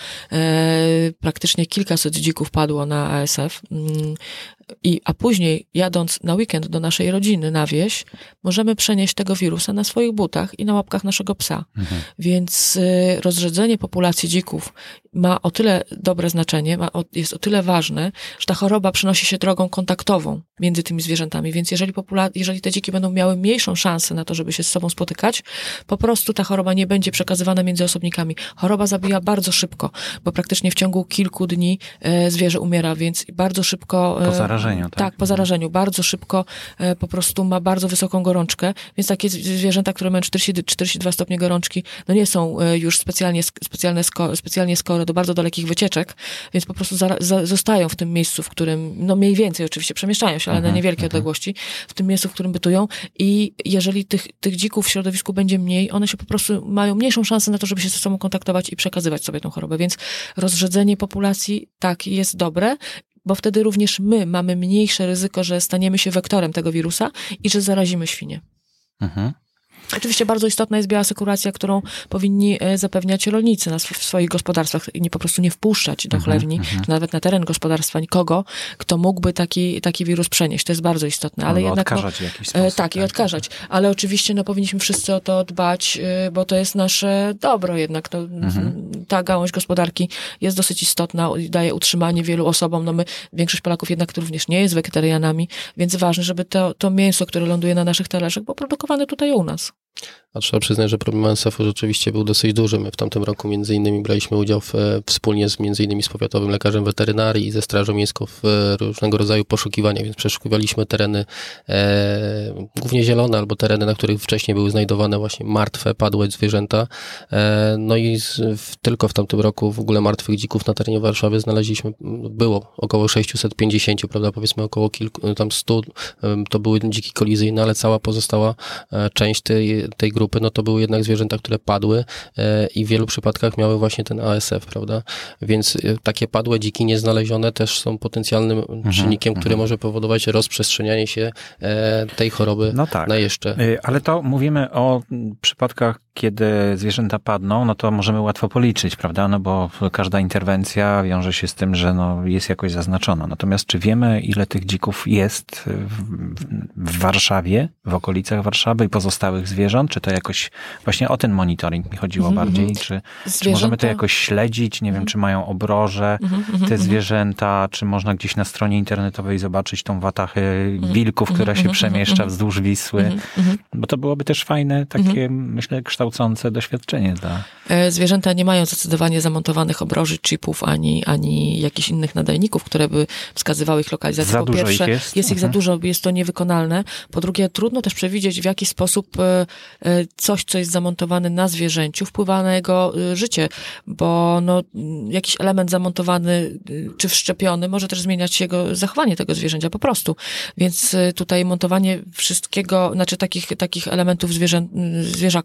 y, praktycznie kilkaset dzików padło na A S F, y, I, a później jadąc na weekend do naszej rodziny na wieś, możemy przenieść tego wirusa na swoich butach i na łapkach naszego psa. Mhm. Więc y, rozrzedzenie populacji dzików ma o tyle dobre znaczenie, ma o, jest o tyle ważne, że ta choroba przenosi się drogą kontaktową między tymi zwierzętami. Więc jeżeli, popula- jeżeli te dziki będą miały mniejszą szansę na to, żeby się z sobą spotykać, po prostu ta choroba nie będzie przekazywana między osobnikami. Choroba zabija bardzo szybko, bo praktycznie w ciągu kilku dni e, zwierzę umiera, więc bardzo szybko... E, po zarażeniu, tak? Tak, po zarażeniu. Bardzo szybko e, po prostu ma bardzo wysoką gorączkę, więc takie zwierzęta, które mają czterdzieści, czterdzieści dwa stopnie gorączki, no nie są e, już specjalnie, specjalnie, sko- specjalnie skore do bardzo dalekich wycieczek, więc po prostu za, za, zostają w tym miejscu, w którym, no mniej więcej oczywiście przemieszczają się, ale mhm, na niewielkie mhm. odległości, w tym miejscu, w którym bytują i jeżeli tych, tych dzików w środowisku będzie mniej, one się po prostu mają mniejszą szansę na to, żeby się ze sobą kontaktować i przekazywać sobie tą chorobę, więc rozrzedzenie populacji, tak, jest dobre, bo wtedy również my mamy mniejsze ryzyko, że staniemy się wektorem tego wirusa i że zarazimy świnie. Mhm. Oczywiście bardzo istotna jest bioasekuracja, którą powinni zapewniać rolnicy na sw- w swoich gospodarstwach i nie po prostu nie wpuszczać do chlewni, mm-hmm. czy nawet na teren gospodarstwa nikogo, kto mógłby taki, taki wirus przenieść. To jest bardzo istotne. Ale Albo jednak, odkażać no, w jakiś sposób. Tak, tak, i odkażać. Ale oczywiście no, powinniśmy wszyscy o to dbać, bo to jest nasze dobro jednak. No, mm-hmm. Ta gałąź gospodarki jest dosyć istotna, daje utrzymanie wielu osobom. No my, większość Polaków jednak również nie jest wegetarianami, więc ważne, żeby to, to mięso, które ląduje na naszych talerzach, było produkowane tutaj u nas. A trzeba przyznać, że problem A S F-u rzeczywiście był dosyć duży. My w tamtym roku między innymi braliśmy udział w, wspólnie z między innymi z powiatowym lekarzem weterynarii i ze Strażą Miejską w różnego rodzaju poszukiwania, więc przeszukiwaliśmy tereny e, głównie zielone albo tereny, na których wcześniej były znajdowane właśnie martwe, padłe zwierzęta. E, no i z, w, tylko w tamtym roku w ogóle martwych dzików na terenie Warszawy znaleźliśmy, było około sześćset pięćdziesiąt, prawda, powiedzmy około kilku, tam stu, to były dziki kolizyjne, ale cała pozostała część tej, tej grupy, no to były jednak zwierzęta, które padły e, i w wielu przypadkach miały właśnie ten A S F, prawda? Więc e, takie padłe dziki nieznalezione też są potencjalnym mhm, czynnikiem, który mhm. może powodować rozprzestrzenianie się e, tej choroby no tak. na jeszcze. Ale to mówimy o przypadkach, kiedy zwierzęta padną, no to możemy łatwo policzyć, prawda? No bo każda interwencja wiąże się z tym, że no jest jakoś zaznaczona. Natomiast czy wiemy, ile tych dzików jest w, w Warszawie, w okolicach Warszawy i pozostałych zwierząt? Czy to jakoś, właśnie o ten monitoring mi chodziło mm-hmm. bardziej? Czy, czy możemy to jakoś śledzić? Nie mm-hmm. wiem, czy mają obroże mm-hmm. te zwierzęta, czy można gdzieś na stronie internetowej zobaczyć tą watachę mm-hmm. wilków, która się mm-hmm. przemieszcza wzdłuż Wisły? Mm-hmm. Bo to byłoby też fajne, takie, mm-hmm. myślę, kształcące doświadczenie dla... Zwierzęta nie mają zdecydowanie zamontowanych obroży, chipów, ani, ani jakichś innych nadajników, które by wskazywały ich lokalizację. Za po dużo pierwsze, ich jest? jest ich mhm. za dużo, jest to niewykonalne. Po drugie, trudno też przewidzieć, w jaki sposób coś, co jest zamontowane na zwierzęciu, wpływa na jego życie, bo no, jakiś element zamontowany czy wszczepiony może też zmieniać jego zachowanie tego zwierzęcia po prostu. Więc tutaj montowanie wszystkiego, znaczy takich, takich elementów zwierzę, zwierzakom po prostu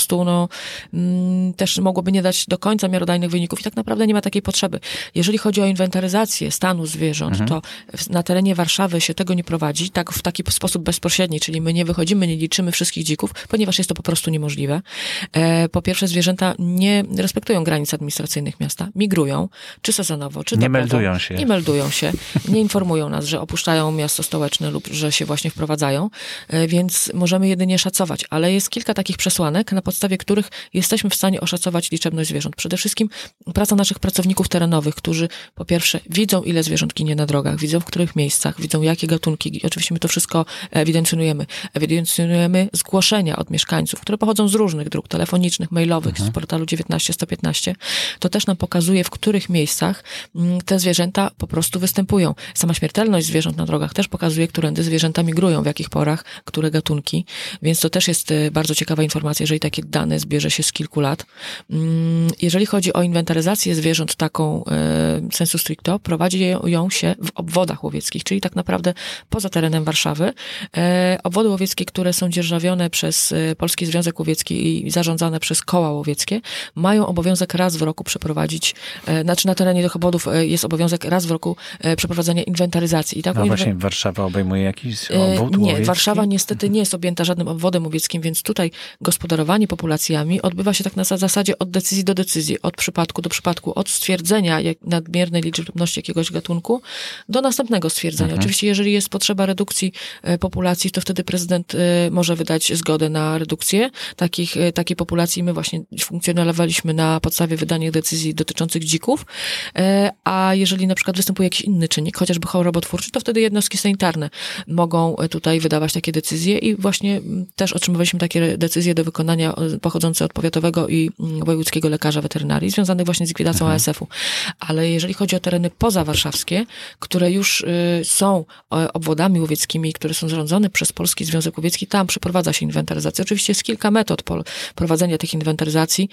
prostu no, mm, też mogłoby nie dać do końca miarodajnych wyników i tak naprawdę nie ma takiej potrzeby. Jeżeli chodzi o inwentaryzację stanu zwierząt, mhm. to na terenie Warszawy się tego nie prowadzi tak w taki sposób bezpośredni, czyli my nie wychodzimy, nie liczymy wszystkich dzików, ponieważ jest to po prostu niemożliwe. E, po pierwsze, zwierzęta nie respektują granic administracyjnych miasta, migrują, czy sezonowo, czy nie topowo. meldują się. Nie meldują się, nie informują nas, że opuszczają miasto stołeczne lub że się właśnie wprowadzają, e, więc możemy jedynie szacować, ale jest kilka takich przesłanek, na podstawie których jesteśmy w stanie oszacować liczebność zwierząt. Przede wszystkim praca naszych pracowników terenowych, którzy po pierwsze widzą, ile zwierząt ginie na drogach, widzą w których miejscach, widzą jakie gatunki. Oczywiście my to wszystko ewidencjonujemy. Ewidencjonujemy zgłoszenia od mieszkańców, które pochodzą z różnych dróg telefonicznych, mailowych, mhm. z portalu dziewiętnaście sto piętnaście. To też nam pokazuje, w których miejscach te zwierzęta po prostu występują. Sama śmiertelność zwierząt na drogach też pokazuje, którędy zwierzęta migrują, w jakich porach, które gatunki. Więc to też jest bardzo ciekawa informacja, jeżeli takie dane zbierze się z kilku lat. Jeżeli chodzi o inwentaryzację zwierząt taką sensu stricto, prowadzi ją się w obwodach łowieckich, czyli tak naprawdę poza terenem Warszawy. Obwody łowieckie, które są dzierżawione przez Polski Związek Łowiecki i zarządzane przez koła łowieckie, mają obowiązek raz w roku przeprowadzić, znaczy na terenie tych obwodów jest obowiązek raz w roku przeprowadzenia inwentaryzacji. I taką no inwe... właśnie, Warszawa obejmuje jakiś obwód Nie, łowiecki? Warszawa niestety nie jest objęta żadnym obwodem łowieckim, więc tutaj gospodarowanie populacjami odbywa się tak na zasadzie od decyzji do decyzji, od przypadku do przypadku, od stwierdzenia jak nadmiernej liczebności jakiegoś gatunku do następnego stwierdzenia. Mhm. Oczywiście, jeżeli jest potrzeba redukcji populacji, to wtedy prezydent może wydać zgodę na redukcję takich, takiej populacji. My właśnie funkcjonowaliśmy na podstawie wydania decyzji dotyczących dzików, a jeżeli na przykład występuje jakiś inny czynnik, chociażby chorobotwórczy, to wtedy jednostki sanitarne mogą tutaj wydawać takie decyzje i właśnie też otrzymywaliśmy takie decyzje do wykonania pochodzące od powiatowego i wojewódzkiego lekarza weterynarii, związanych właśnie z likwidacją mhm. A S F u. Ale jeżeli chodzi o tereny pozawarszawskie, które już y, są obwodami łowieckimi, które są zarządzane przez Polski Związek Łowiecki, tam przeprowadza się inwentaryzację. Oczywiście jest kilka metod prowadzenia tych inwentaryzacji.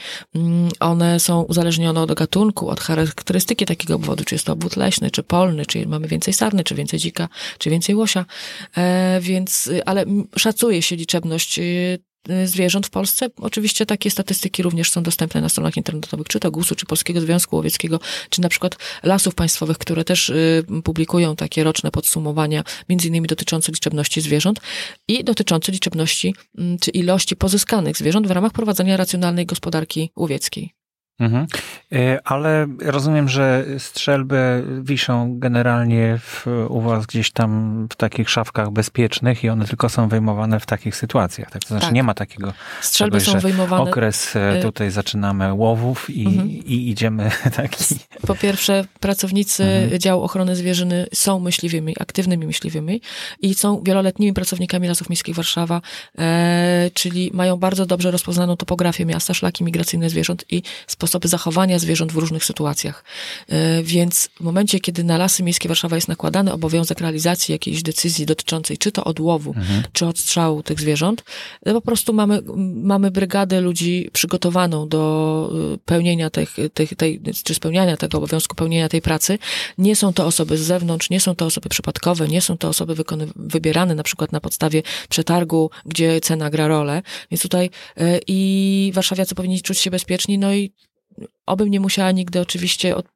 One są uzależnione od gatunku, od charakterystyki takiego obwodu, czy jest to obwód leśny, czy polny, czy mamy więcej sarny, czy więcej dzika, czy więcej łosia. E, więc, ale szacuje się liczebność zwierząt w Polsce. Oczywiście takie statystyki również są dostępne na stronach internetowych, czy to gusu, czy Polskiego Związku Łowieckiego, czy na przykład Lasów Państwowych, które też y, publikują takie roczne podsumowania, między innymi dotyczące liczebności zwierząt i dotyczące liczebności y, czy ilości pozyskanych zwierząt w ramach prowadzenia racjonalnej gospodarki łowieckiej. Mhm. Ale rozumiem, że strzelby wiszą generalnie w, u was gdzieś tam w takich szafkach bezpiecznych i one tylko są wyjmowane w takich sytuacjach. Tak? To znaczy tak. Nie ma takiego strzelby czegoś, są wyjmowane. Okres tutaj zaczynamy łowów i, mhm. i idziemy taki. Po pierwsze, pracownicy mhm. działu ochrony zwierzyny są myśliwymi, aktywnymi myśliwymi i są wieloletnimi pracownikami Lasów Miejskich Warszawa, e, czyli mają bardzo dobrze rozpoznaną topografię miasta, szlaki migracyjne zwierząt i sposób sposoby zachowania zwierząt w różnych sytuacjach. Więc w momencie, kiedy na Lasy Miejskie Warszawa jest nakładany obowiązek realizacji jakiejś decyzji dotyczącej czy to odłowu, mhm. czy odstrzału tych zwierząt, po prostu mamy, mamy brygadę ludzi przygotowaną do pełnienia tych, tych, tej, czy spełniania tego obowiązku, pełnienia tej pracy. Nie są to osoby z zewnątrz, nie są to osoby przypadkowe, nie są to osoby wykony, wybierane na przykład na podstawie przetargu, gdzie cena gra rolę. Więc tutaj i warszawiacy powinni czuć się bezpieczni, no i obym nie musiała nigdy oczywiście od,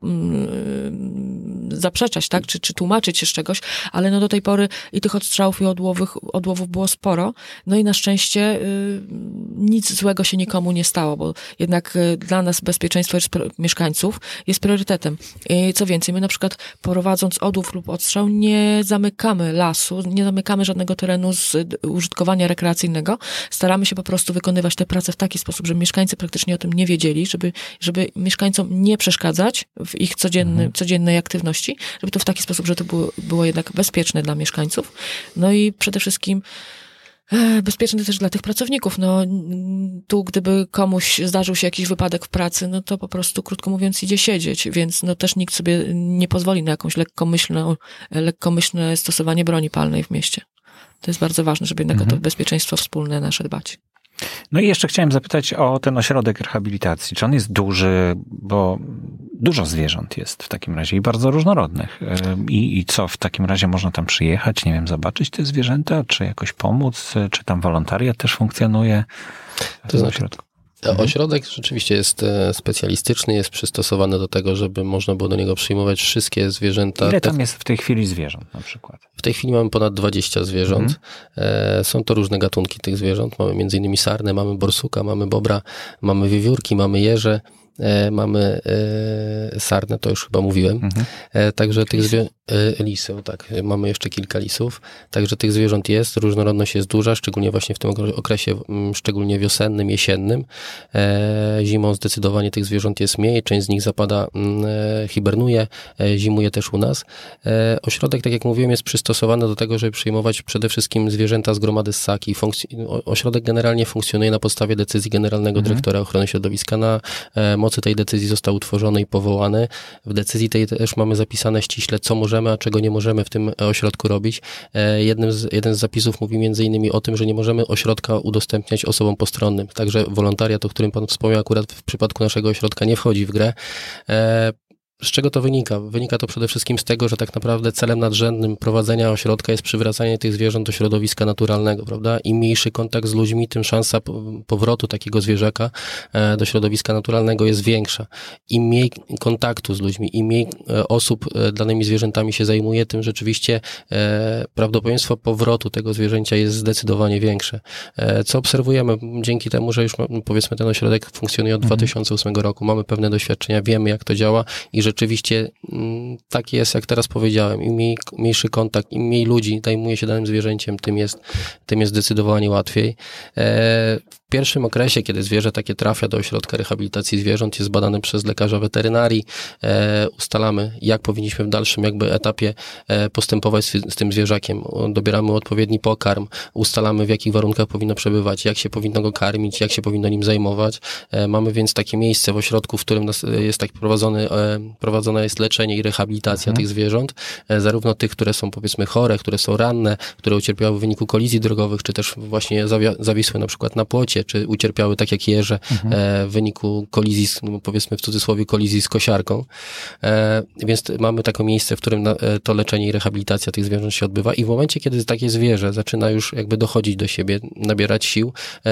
mm, zaprzeczać, tak, czy, czy tłumaczyć się z czegoś, ale no do tej pory i tych odstrzałów i odłowów, odłowów było sporo, no i na szczęście y, nic złego się nikomu nie stało, bo jednak y, dla nas bezpieczeństwo mieszkańców jest priorytetem. I co więcej, my na przykład prowadząc odłów lub odstrzał nie zamykamy lasu, nie zamykamy żadnego terenu z użytkowania rekreacyjnego, staramy się po prostu wykonywać te prace w taki sposób, żeby mieszkańcy praktycznie o tym nie wiedzieli, żeby, żeby mieszkańcom nie przeszkadzać w ich codziennym, mhm. codziennej aktywności, żeby to w taki sposób, że to było, było jednak bezpieczne dla mieszkańców. No i przede wszystkim e, bezpieczne też dla tych pracowników. No, tu gdyby komuś zdarzył się jakiś wypadek w pracy, no to po prostu, krótko mówiąc, idzie siedzieć, więc no też nikt sobie nie pozwoli na jakąś lekkomyślną, lekkomyślne stosowanie broni palnej w mieście. To jest bardzo ważne, żeby jednak mhm. o to bezpieczeństwo wspólne nasze dbać. No i jeszcze chciałem zapytać o ten ośrodek rehabilitacji. Czy on jest duży, bo dużo zwierząt jest w takim razie i bardzo różnorodnych. I, i co, w takim razie można tam przyjechać, nie wiem, zobaczyć te zwierzęta, czy jakoś pomóc, czy tam wolontariat też funkcjonuje w to tym znaczy, ośrodku? Mhm. Ośrodek rzeczywiście jest specjalistyczny, jest przystosowany do tego, żeby można było do niego przyjmować wszystkie zwierzęta. Ile tam jest w tej chwili zwierząt na przykład? W tej chwili mamy ponad dwadzieścia zwierząt. Mhm. Są to różne gatunki tych zwierząt. Mamy między innymi sarnę, mamy borsuka, mamy bobra, mamy wiewiórki, mamy jeże. E, mamy e, sarnę, to już chyba mówiłem. Mhm. E, także tych zwierząt, e, lisy, tak, mamy jeszcze kilka lisów. Także tych zwierząt jest, różnorodność jest duża, szczególnie właśnie w tym okresie, m, szczególnie wiosennym, jesiennym. E, zimą zdecydowanie tych zwierząt jest mniej, część z nich zapada, m, e, hibernuje, e, zimuje też u nas. E, ośrodek, tak jak mówiłem, jest przystosowany do tego, żeby przyjmować przede wszystkim zwierzęta z gromady ssaki. Funkc- o, ośrodek generalnie funkcjonuje na podstawie decyzji Generalnego mhm. Dyrektora Ochrony Środowiska. Na e, mocy tej decyzji został utworzony i powołany. W decyzji tej też mamy zapisane ściśle, co możemy, a czego nie możemy w tym ośrodku robić. Jednym z, jeden z zapisów mówi między innymi o tym, że nie możemy ośrodka udostępniać osobom postronnym. Także wolontariat, o którym pan wspomniał, akurat w przypadku naszego ośrodka nie wchodzi w grę. Z czego to wynika? Wynika to przede wszystkim z tego, że tak naprawdę celem nadrzędnym prowadzenia ośrodka jest przywracanie tych zwierząt do środowiska naturalnego, prawda? Im mniejszy kontakt z ludźmi, tym szansa powrotu takiego zwierzaka do środowiska naturalnego jest większa. Im mniej kontaktu z ludźmi, im mniej osób danymi zwierzętami się zajmuje, tym rzeczywiście prawdopodobieństwo powrotu tego zwierzęcia jest zdecydowanie większe. Co obserwujemy dzięki temu, że już powiedzmy ten ośrodek funkcjonuje od mhm. dwa tysiące ósmego roku, mamy pewne doświadczenia, wiemy jak to działa i rzeczywiście tak jest, jak teraz powiedziałem. Im mniej, mniejszy kontakt, im mniej ludzi zajmuje się danym zwierzęciem, tym jest, tym jest zdecydowanie łatwiej. W pierwszym okresie, kiedy zwierzę takie trafia do ośrodka rehabilitacji zwierząt, jest badane przez lekarza weterynarii, ustalamy, jak powinniśmy w dalszym jakby etapie postępować z, z tym zwierzakiem. Dobieramy odpowiedni pokarm, ustalamy, w jakich warunkach powinno przebywać, jak się powinno go karmić, jak się powinno nim zajmować. Mamy więc takie miejsce w ośrodku, w którym jest tak prowadzony prowadzone jest leczenie i rehabilitacja mhm. tych zwierząt, zarówno tych, które są powiedzmy chore, które są ranne, które ucierpiały w wyniku kolizji drogowych, czy też właśnie zawia- zawisły na przykład na płocie, czy ucierpiały tak jak jeże mhm. w wyniku kolizji, no powiedzmy w cudzysłowie kolizji z kosiarką. Więc mamy takie miejsce, w którym to leczenie i rehabilitacja tych zwierząt się odbywa i w momencie, kiedy takie zwierzę zaczyna już jakby dochodzić do siebie, nabierać sił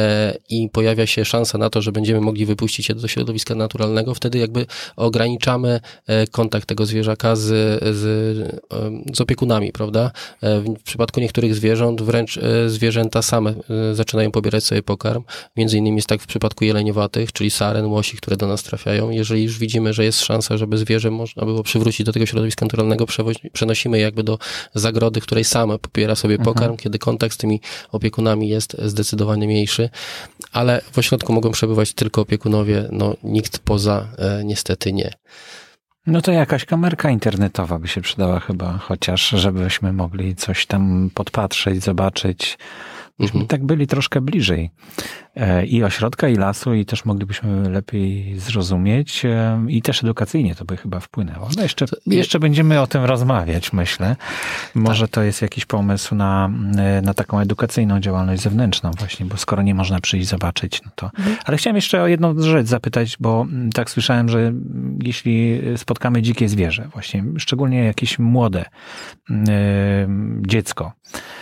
i pojawia się szansa na to, że będziemy mogli wypuścić je do środowiska naturalnego, wtedy jakby ograniczamy kontakt tego zwierzaka z, z, z opiekunami, prawda? W przypadku niektórych zwierząt wręcz zwierzęta same zaczynają pobierać sobie pokarm. Między innymi jest tak w przypadku jeleniowatych, czyli saren, łosi, które do nas trafiają. Jeżeli już widzimy, że jest szansa, żeby zwierzę można było przywrócić do tego środowiska naturalnego, przenosimy jakby do zagrody, w której same pobiera sobie mhm. pokarm, kiedy kontakt z tymi opiekunami jest zdecydowanie mniejszy. Ale w ośrodku mogą przebywać tylko opiekunowie, no nikt poza e, niestety nie. No to jakaś kamerka internetowa by się przydała chyba, chociaż żebyśmy mogli coś tam podpatrzeć, zobaczyć. Byśmy tak byli troszkę bliżej i ośrodka, i lasu, i też moglibyśmy lepiej zrozumieć i też edukacyjnie to by chyba wpłynęło. No jeszcze, jeszcze będziemy o tym rozmawiać, myślę. Może to jest jakiś pomysł na, na taką edukacyjną działalność zewnętrzną właśnie, bo skoro nie można przyjść zobaczyć, no to... Ale chciałem jeszcze o jedną rzecz zapytać, bo tak słyszałem, że jeśli spotkamy dzikie zwierzę, właśnie szczególnie jakieś młode dziecko,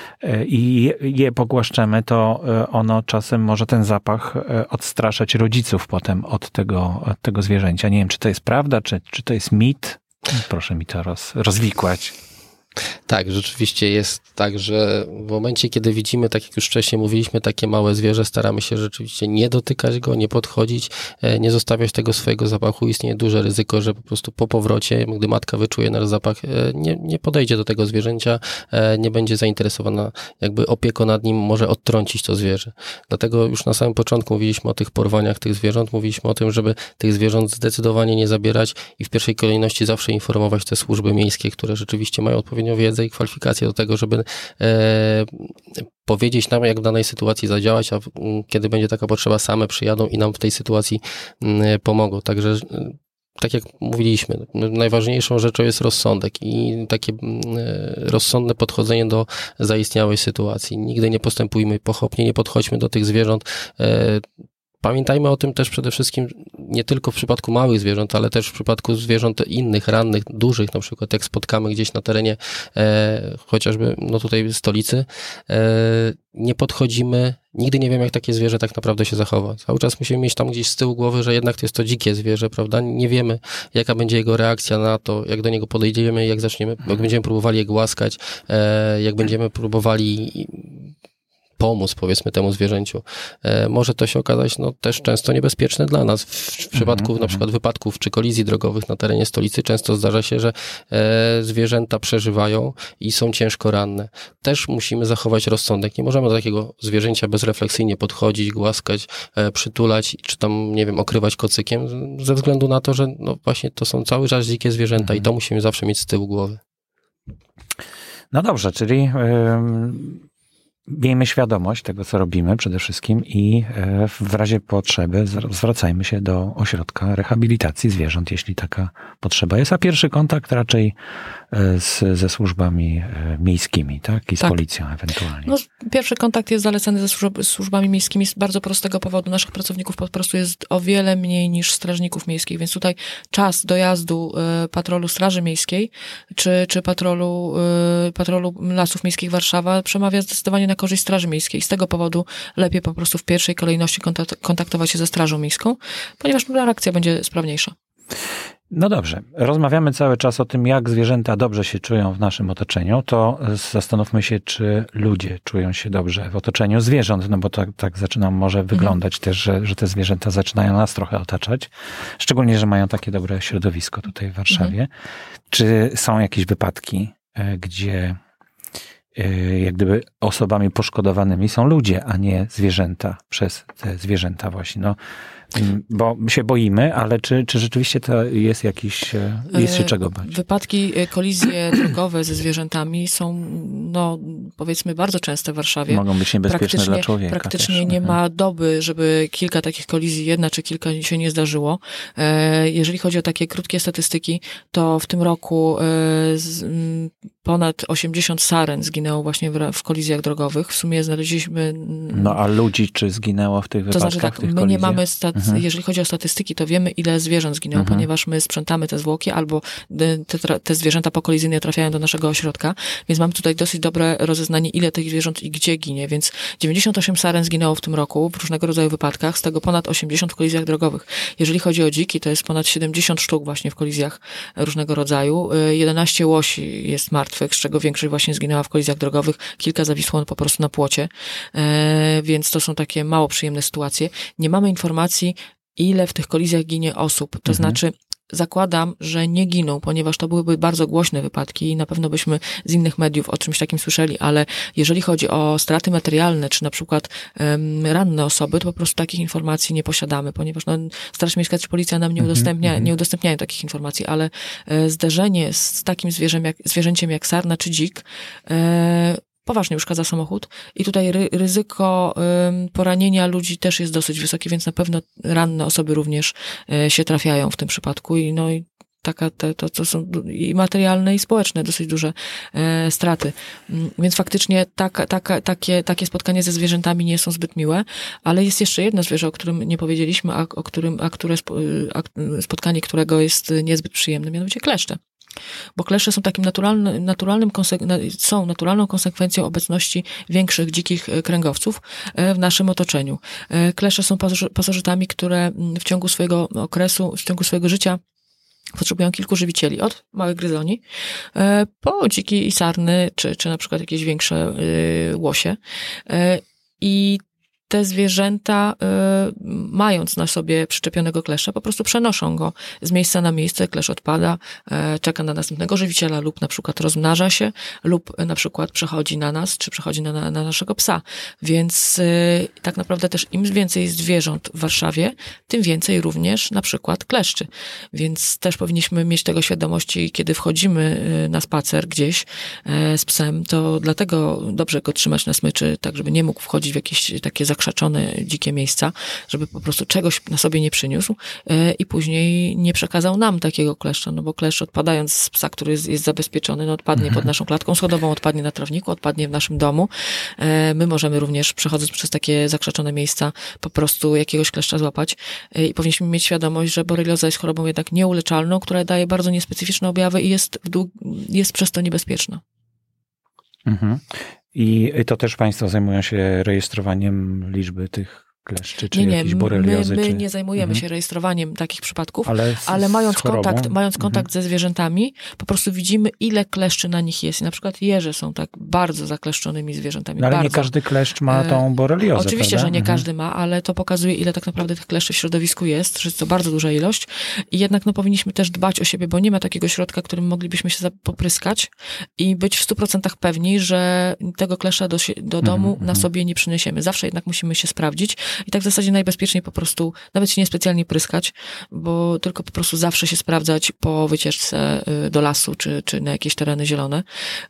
i je pogłaszczemy, to ono czasem może ten zapach odstraszać rodziców potem od tego, od tego zwierzęcia. Nie wiem, czy to jest prawda, czy, czy to jest mit? Proszę mi to roz, rozwikłać. Tak, rzeczywiście jest tak, że w momencie, kiedy widzimy, tak jak już wcześniej mówiliśmy, takie małe zwierzę, staramy się rzeczywiście nie dotykać go, nie podchodzić, nie zostawiać tego swojego zapachu. Istnieje duże ryzyko, że po prostu po powrocie, gdy matka wyczuje nasz zapach, nie, nie podejdzie do tego zwierzęcia, nie będzie zainteresowana jakby opieką nad nim, może odtrącić to zwierzę. Dlatego już na samym początku mówiliśmy o tych porwaniach tych zwierząt, mówiliśmy o tym, żeby tych zwierząt zdecydowanie nie zabierać i w pierwszej kolejności zawsze informować te służby miejskie, które rzeczywiście mają odpowiednią wiedzę i kwalifikacje do tego, żeby e, powiedzieć nam, jak w danej sytuacji zadziałać, a w, kiedy będzie taka potrzeba, same przyjadą i nam w tej sytuacji m, pomogą. Także tak jak mówiliśmy, najważniejszą rzeczą jest rozsądek i takie rozsądne podchodzenie do zaistniałej sytuacji. Nigdy nie postępujmy pochopnie, nie podchodźmy do tych zwierząt Pamiętajmy o tym też przede wszystkim nie tylko w przypadku małych zwierząt, ale też w przypadku zwierząt innych, rannych, dużych, na przykład jak spotkamy gdzieś na terenie e, chociażby no tutaj stolicy, e, nie podchodzimy, nigdy nie wiem jak takie zwierzę tak naprawdę się zachowa. Cały czas musimy mieć tam gdzieś z tyłu głowy, że jednak to jest to dzikie zwierzę, prawda? Nie wiemy jaka będzie jego reakcja na to, jak do niego podejdziemy, jak zaczniemy, jak będziemy próbowali je głaskać, e, jak będziemy próbowali pomóc, powiedzmy, temu zwierzęciu. E, może to się okazać no, też często niebezpieczne dla nas. W, w przypadku mm-hmm. na przykład wypadków czy kolizji drogowych na terenie stolicy często zdarza się, że e, zwierzęta przeżywają i są ciężko ranne. Też musimy zachować rozsądek. Nie możemy do takiego zwierzęcia bezrefleksyjnie podchodzić, głaskać, e, przytulać, czy tam, nie wiem, okrywać kocykiem, ze względu na to, że no właśnie to są cały czas dzikie zwierzęta mm-hmm. i to musimy zawsze mieć z tyłu głowy. No dobrze, czyli Yy... miejmy świadomość tego, co robimy przede wszystkim i w razie potrzeby zwracajmy się do ośrodka rehabilitacji zwierząt, jeśli taka potrzeba jest. A pierwszy kontakt raczej z, ze służbami miejskimi, tak? I z tak. policją ewentualnie. No, pierwszy kontakt jest zalecany ze służb, służbami miejskimi z bardzo prostego powodu. Naszych pracowników po prostu jest o wiele mniej niż strażników miejskich, więc tutaj czas dojazdu patrolu Straży Miejskiej czy, czy patrolu, patrolu Lasów Miejskich Warszawa przemawia zdecydowanie na korzyść Straży Miejskiej. Z tego powodu lepiej po prostu w pierwszej kolejności kontaktować się ze Strażą Miejską, ponieważ reakcja będzie sprawniejsza. No dobrze, rozmawiamy cały czas o tym, jak zwierzęta dobrze się czują w naszym otoczeniu, to zastanówmy się, czy ludzie czują się dobrze w otoczeniu zwierząt, no bo tak, tak zaczyna może wyglądać mhm. też, że, że te zwierzęta zaczynają nas trochę otaczać, szczególnie, że mają takie dobre środowisko tutaj w Warszawie. Mhm. Czy są jakieś wypadki, gdzie jak gdyby osobami poszkodowanymi są ludzie, a nie zwierzęta przez te zwierzęta właśnie. No, bo się boimy, ale czy, czy rzeczywiście to jest jakiś, jest się czego bać? Wypadki, kolizje drogowe ze zwierzętami są, no powiedzmy, bardzo częste w Warszawie. Mogą być niebezpieczne dla człowieka. Praktycznie też. nie mhm. ma doby, żeby kilka takich kolizji, jedna czy kilka się nie zdarzyło. Jeżeli chodzi o takie krótkie statystyki, to w tym roku ponad osiemdziesiąt saren zginęło właśnie w, w kolizjach drogowych. W sumie znaleźliśmy... No a ludzi czy zginęło w tych wypadkach? To znaczy tak, w tych my kolizjach? nie mamy, stat- mhm. jeżeli chodzi o statystyki, to wiemy ile zwierząt zginęło, mhm. ponieważ my sprzątamy te zwłoki albo te, te zwierzęta pokolizyjne trafiają do naszego ośrodka, więc mamy tutaj dosyć dobre rozeznanie ile tych zwierząt i gdzie ginie, więc dziewięćdziesiąt osiem saren zginęło w tym roku w różnego rodzaju wypadkach, z tego ponad osiemdziesiąt w kolizjach drogowych. Jeżeli chodzi o dziki, to jest ponad siedemdziesiąt sztuk właśnie w kolizjach różnego rodzaju. jedenaście łosi jest martwych, z czego większość właśnie zginęła w kolizjach drogowych, kilka zawisło po prostu na płocie, e, więc to są takie mało przyjemne sytuacje. Nie mamy informacji, ile w tych kolizjach ginie osób. To mhm. znaczy, zakładam, że nie giną, ponieważ to byłyby bardzo głośne wypadki i na pewno byśmy z innych mediów o czymś takim słyszeli, ale jeżeli chodzi o straty materialne, czy na przykład um, ranne osoby, to po prostu takich informacji nie posiadamy, ponieważ no, Straż Miejska czy Policja nam nie, udostępnia, mm-hmm. nie udostępniają takich informacji, ale e, zderzenie z takim zwierzem jak, zwierzęciem jak sarna czy dzik e, poważnie uszkadza samochód i tutaj ry- ryzyko ym, poranienia ludzi też jest dosyć wysokie, więc na pewno ranne osoby również y, się trafiają w tym przypadku i no i taka, te, to, to są i materialne i społeczne dosyć duże e, straty. Więc faktycznie taka, taka, takie, takie spotkania ze zwierzętami nie są zbyt miłe, ale jest jeszcze jedno zwierzę, o którym nie powiedzieliśmy, a, o którym, a które a spotkanie którego jest niezbyt przyjemne, mianowicie kleszcze. Bo kleszcze są takim naturalnym, naturalnym konsek- są naturalną konsekwencją obecności większych dzikich kręgowców w naszym otoczeniu. Kleszcze są pasożytami, które w ciągu swojego okresu, w ciągu swojego życia potrzebują kilku żywicieli, od małych gryzoni po dziki i sarny, czy, czy na przykład jakieś większe łosie. I te zwierzęta, y, mając na sobie przyczepionego klesza, po prostu przenoszą go z miejsca na miejsce, klesz odpada, y, czeka na następnego żywiciela lub na przykład rozmnaża się, lub y, na przykład przechodzi na nas, czy przechodzi na, na, na naszego psa. Więc y, tak naprawdę też im więcej zwierząt w Warszawie, tym więcej również na przykład kleszczy. Więc też powinniśmy mieć tego świadomości, kiedy wchodzimy y, na spacer gdzieś y, z psem, to dlatego dobrze go trzymać na smyczy, tak żeby nie mógł wchodzić w jakieś takie zakłócenia zakrzaczone dzikie miejsca, żeby po prostu czegoś na sobie nie przyniósł i później nie przekazał nam takiego kleszcza, no bo kleszcz odpadając z psa, który jest, jest zabezpieczony, no odpadnie mhm. pod naszą klatką schodową, odpadnie na trawniku, odpadnie w naszym domu. My możemy również, przechodząc przez takie zakrzaczone miejsca, po prostu jakiegoś kleszcza złapać i powinniśmy mieć świadomość, że borelioza jest chorobą jednak nieuleczalną, która daje bardzo niespecyficzne objawy i jest, w dług- jest przez to niebezpieczna. Mhm. I to też państwo zajmują się rejestrowaniem liczby tych kleszczy, czy nie, nie, jakiejś boreliozy? My, my czy... nie zajmujemy mhm. się rejestrowaniem takich przypadków, ale, z, ale mając, z chorobą, kontakt, mając kontakt mhm. ze zwierzętami, po prostu widzimy, ile kleszczy na nich jest. I na przykład jeże są tak bardzo zakleszczonymi zwierzętami. No, ale bardzo. nie każdy kleszcz ma tą boreliozę, Oczywiście, prawda? że nie mhm. każdy ma, ale to pokazuje, ile tak naprawdę tych kleszczy w środowisku jest, że jest to bardzo duża ilość. I jednak no, powinniśmy też dbać o siebie, bo nie ma takiego środka, którym moglibyśmy się popryskać i być w stu procentach pewni, że tego klesza do, do domu mhm. na sobie nie przyniesiemy. Zawsze jednak musimy się sprawdzić i tak w zasadzie najbezpieczniej po prostu, nawet się niespecjalnie pryskać, bo tylko po prostu zawsze się sprawdzać po wycieczce do lasu, czy, czy na jakieś tereny zielone,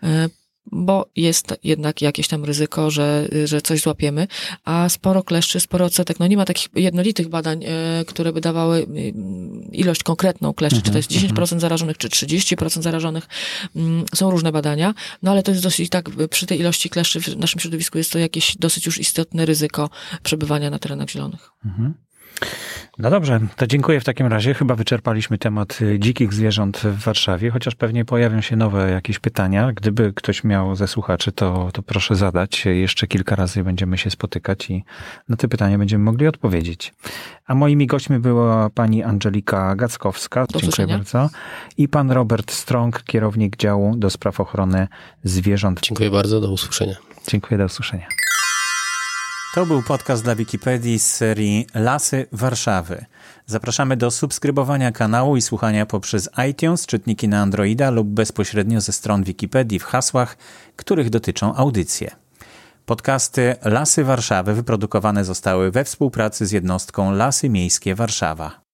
bo jest jednak jakieś tam ryzyko, że, że coś złapiemy, a sporo kleszczy, sporo odsetek, no nie ma takich jednolitych badań, które by dawały ilość konkretną kleszczy, mm-hmm, czy to jest dziesięć procent mm-hmm. zarażonych, czy trzydzieści procent zarażonych. Są różne badania, no ale to jest dosyć tak, przy tej ilości kleszczy w naszym środowisku jest to jakieś dosyć już istotne ryzyko przebywania na terenach zielonych. Mm-hmm. No dobrze, to dziękuję w takim razie. Chyba wyczerpaliśmy temat dzikich zwierząt w Warszawie, chociaż pewnie pojawią się nowe jakieś pytania. Gdyby ktoś miał ze słuchaczy, to, to proszę zadać. Jeszcze kilka razy będziemy się spotykać i na te pytania będziemy mogli odpowiedzieć. A moimi gośćmi była pani Angelika Gackowska, do dziękuję usłyszenia. bardzo, i pan Robert Strąg, kierownik działu do spraw ochrony zwierząt. Dziękuję bardzo, do usłyszenia. Dziękuję, do usłyszenia. To był podcast dla Wikipedii z serii Lasy Warszawy. Zapraszamy do subskrybowania kanału i słuchania poprzez iTunes, czytniki na Androida lub bezpośrednio ze stron Wikipedii w hasłach, których dotyczą audycje. Podcasty Lasy Warszawy wyprodukowane zostały we współpracy z jednostką Lasy Miejskie Warszawa.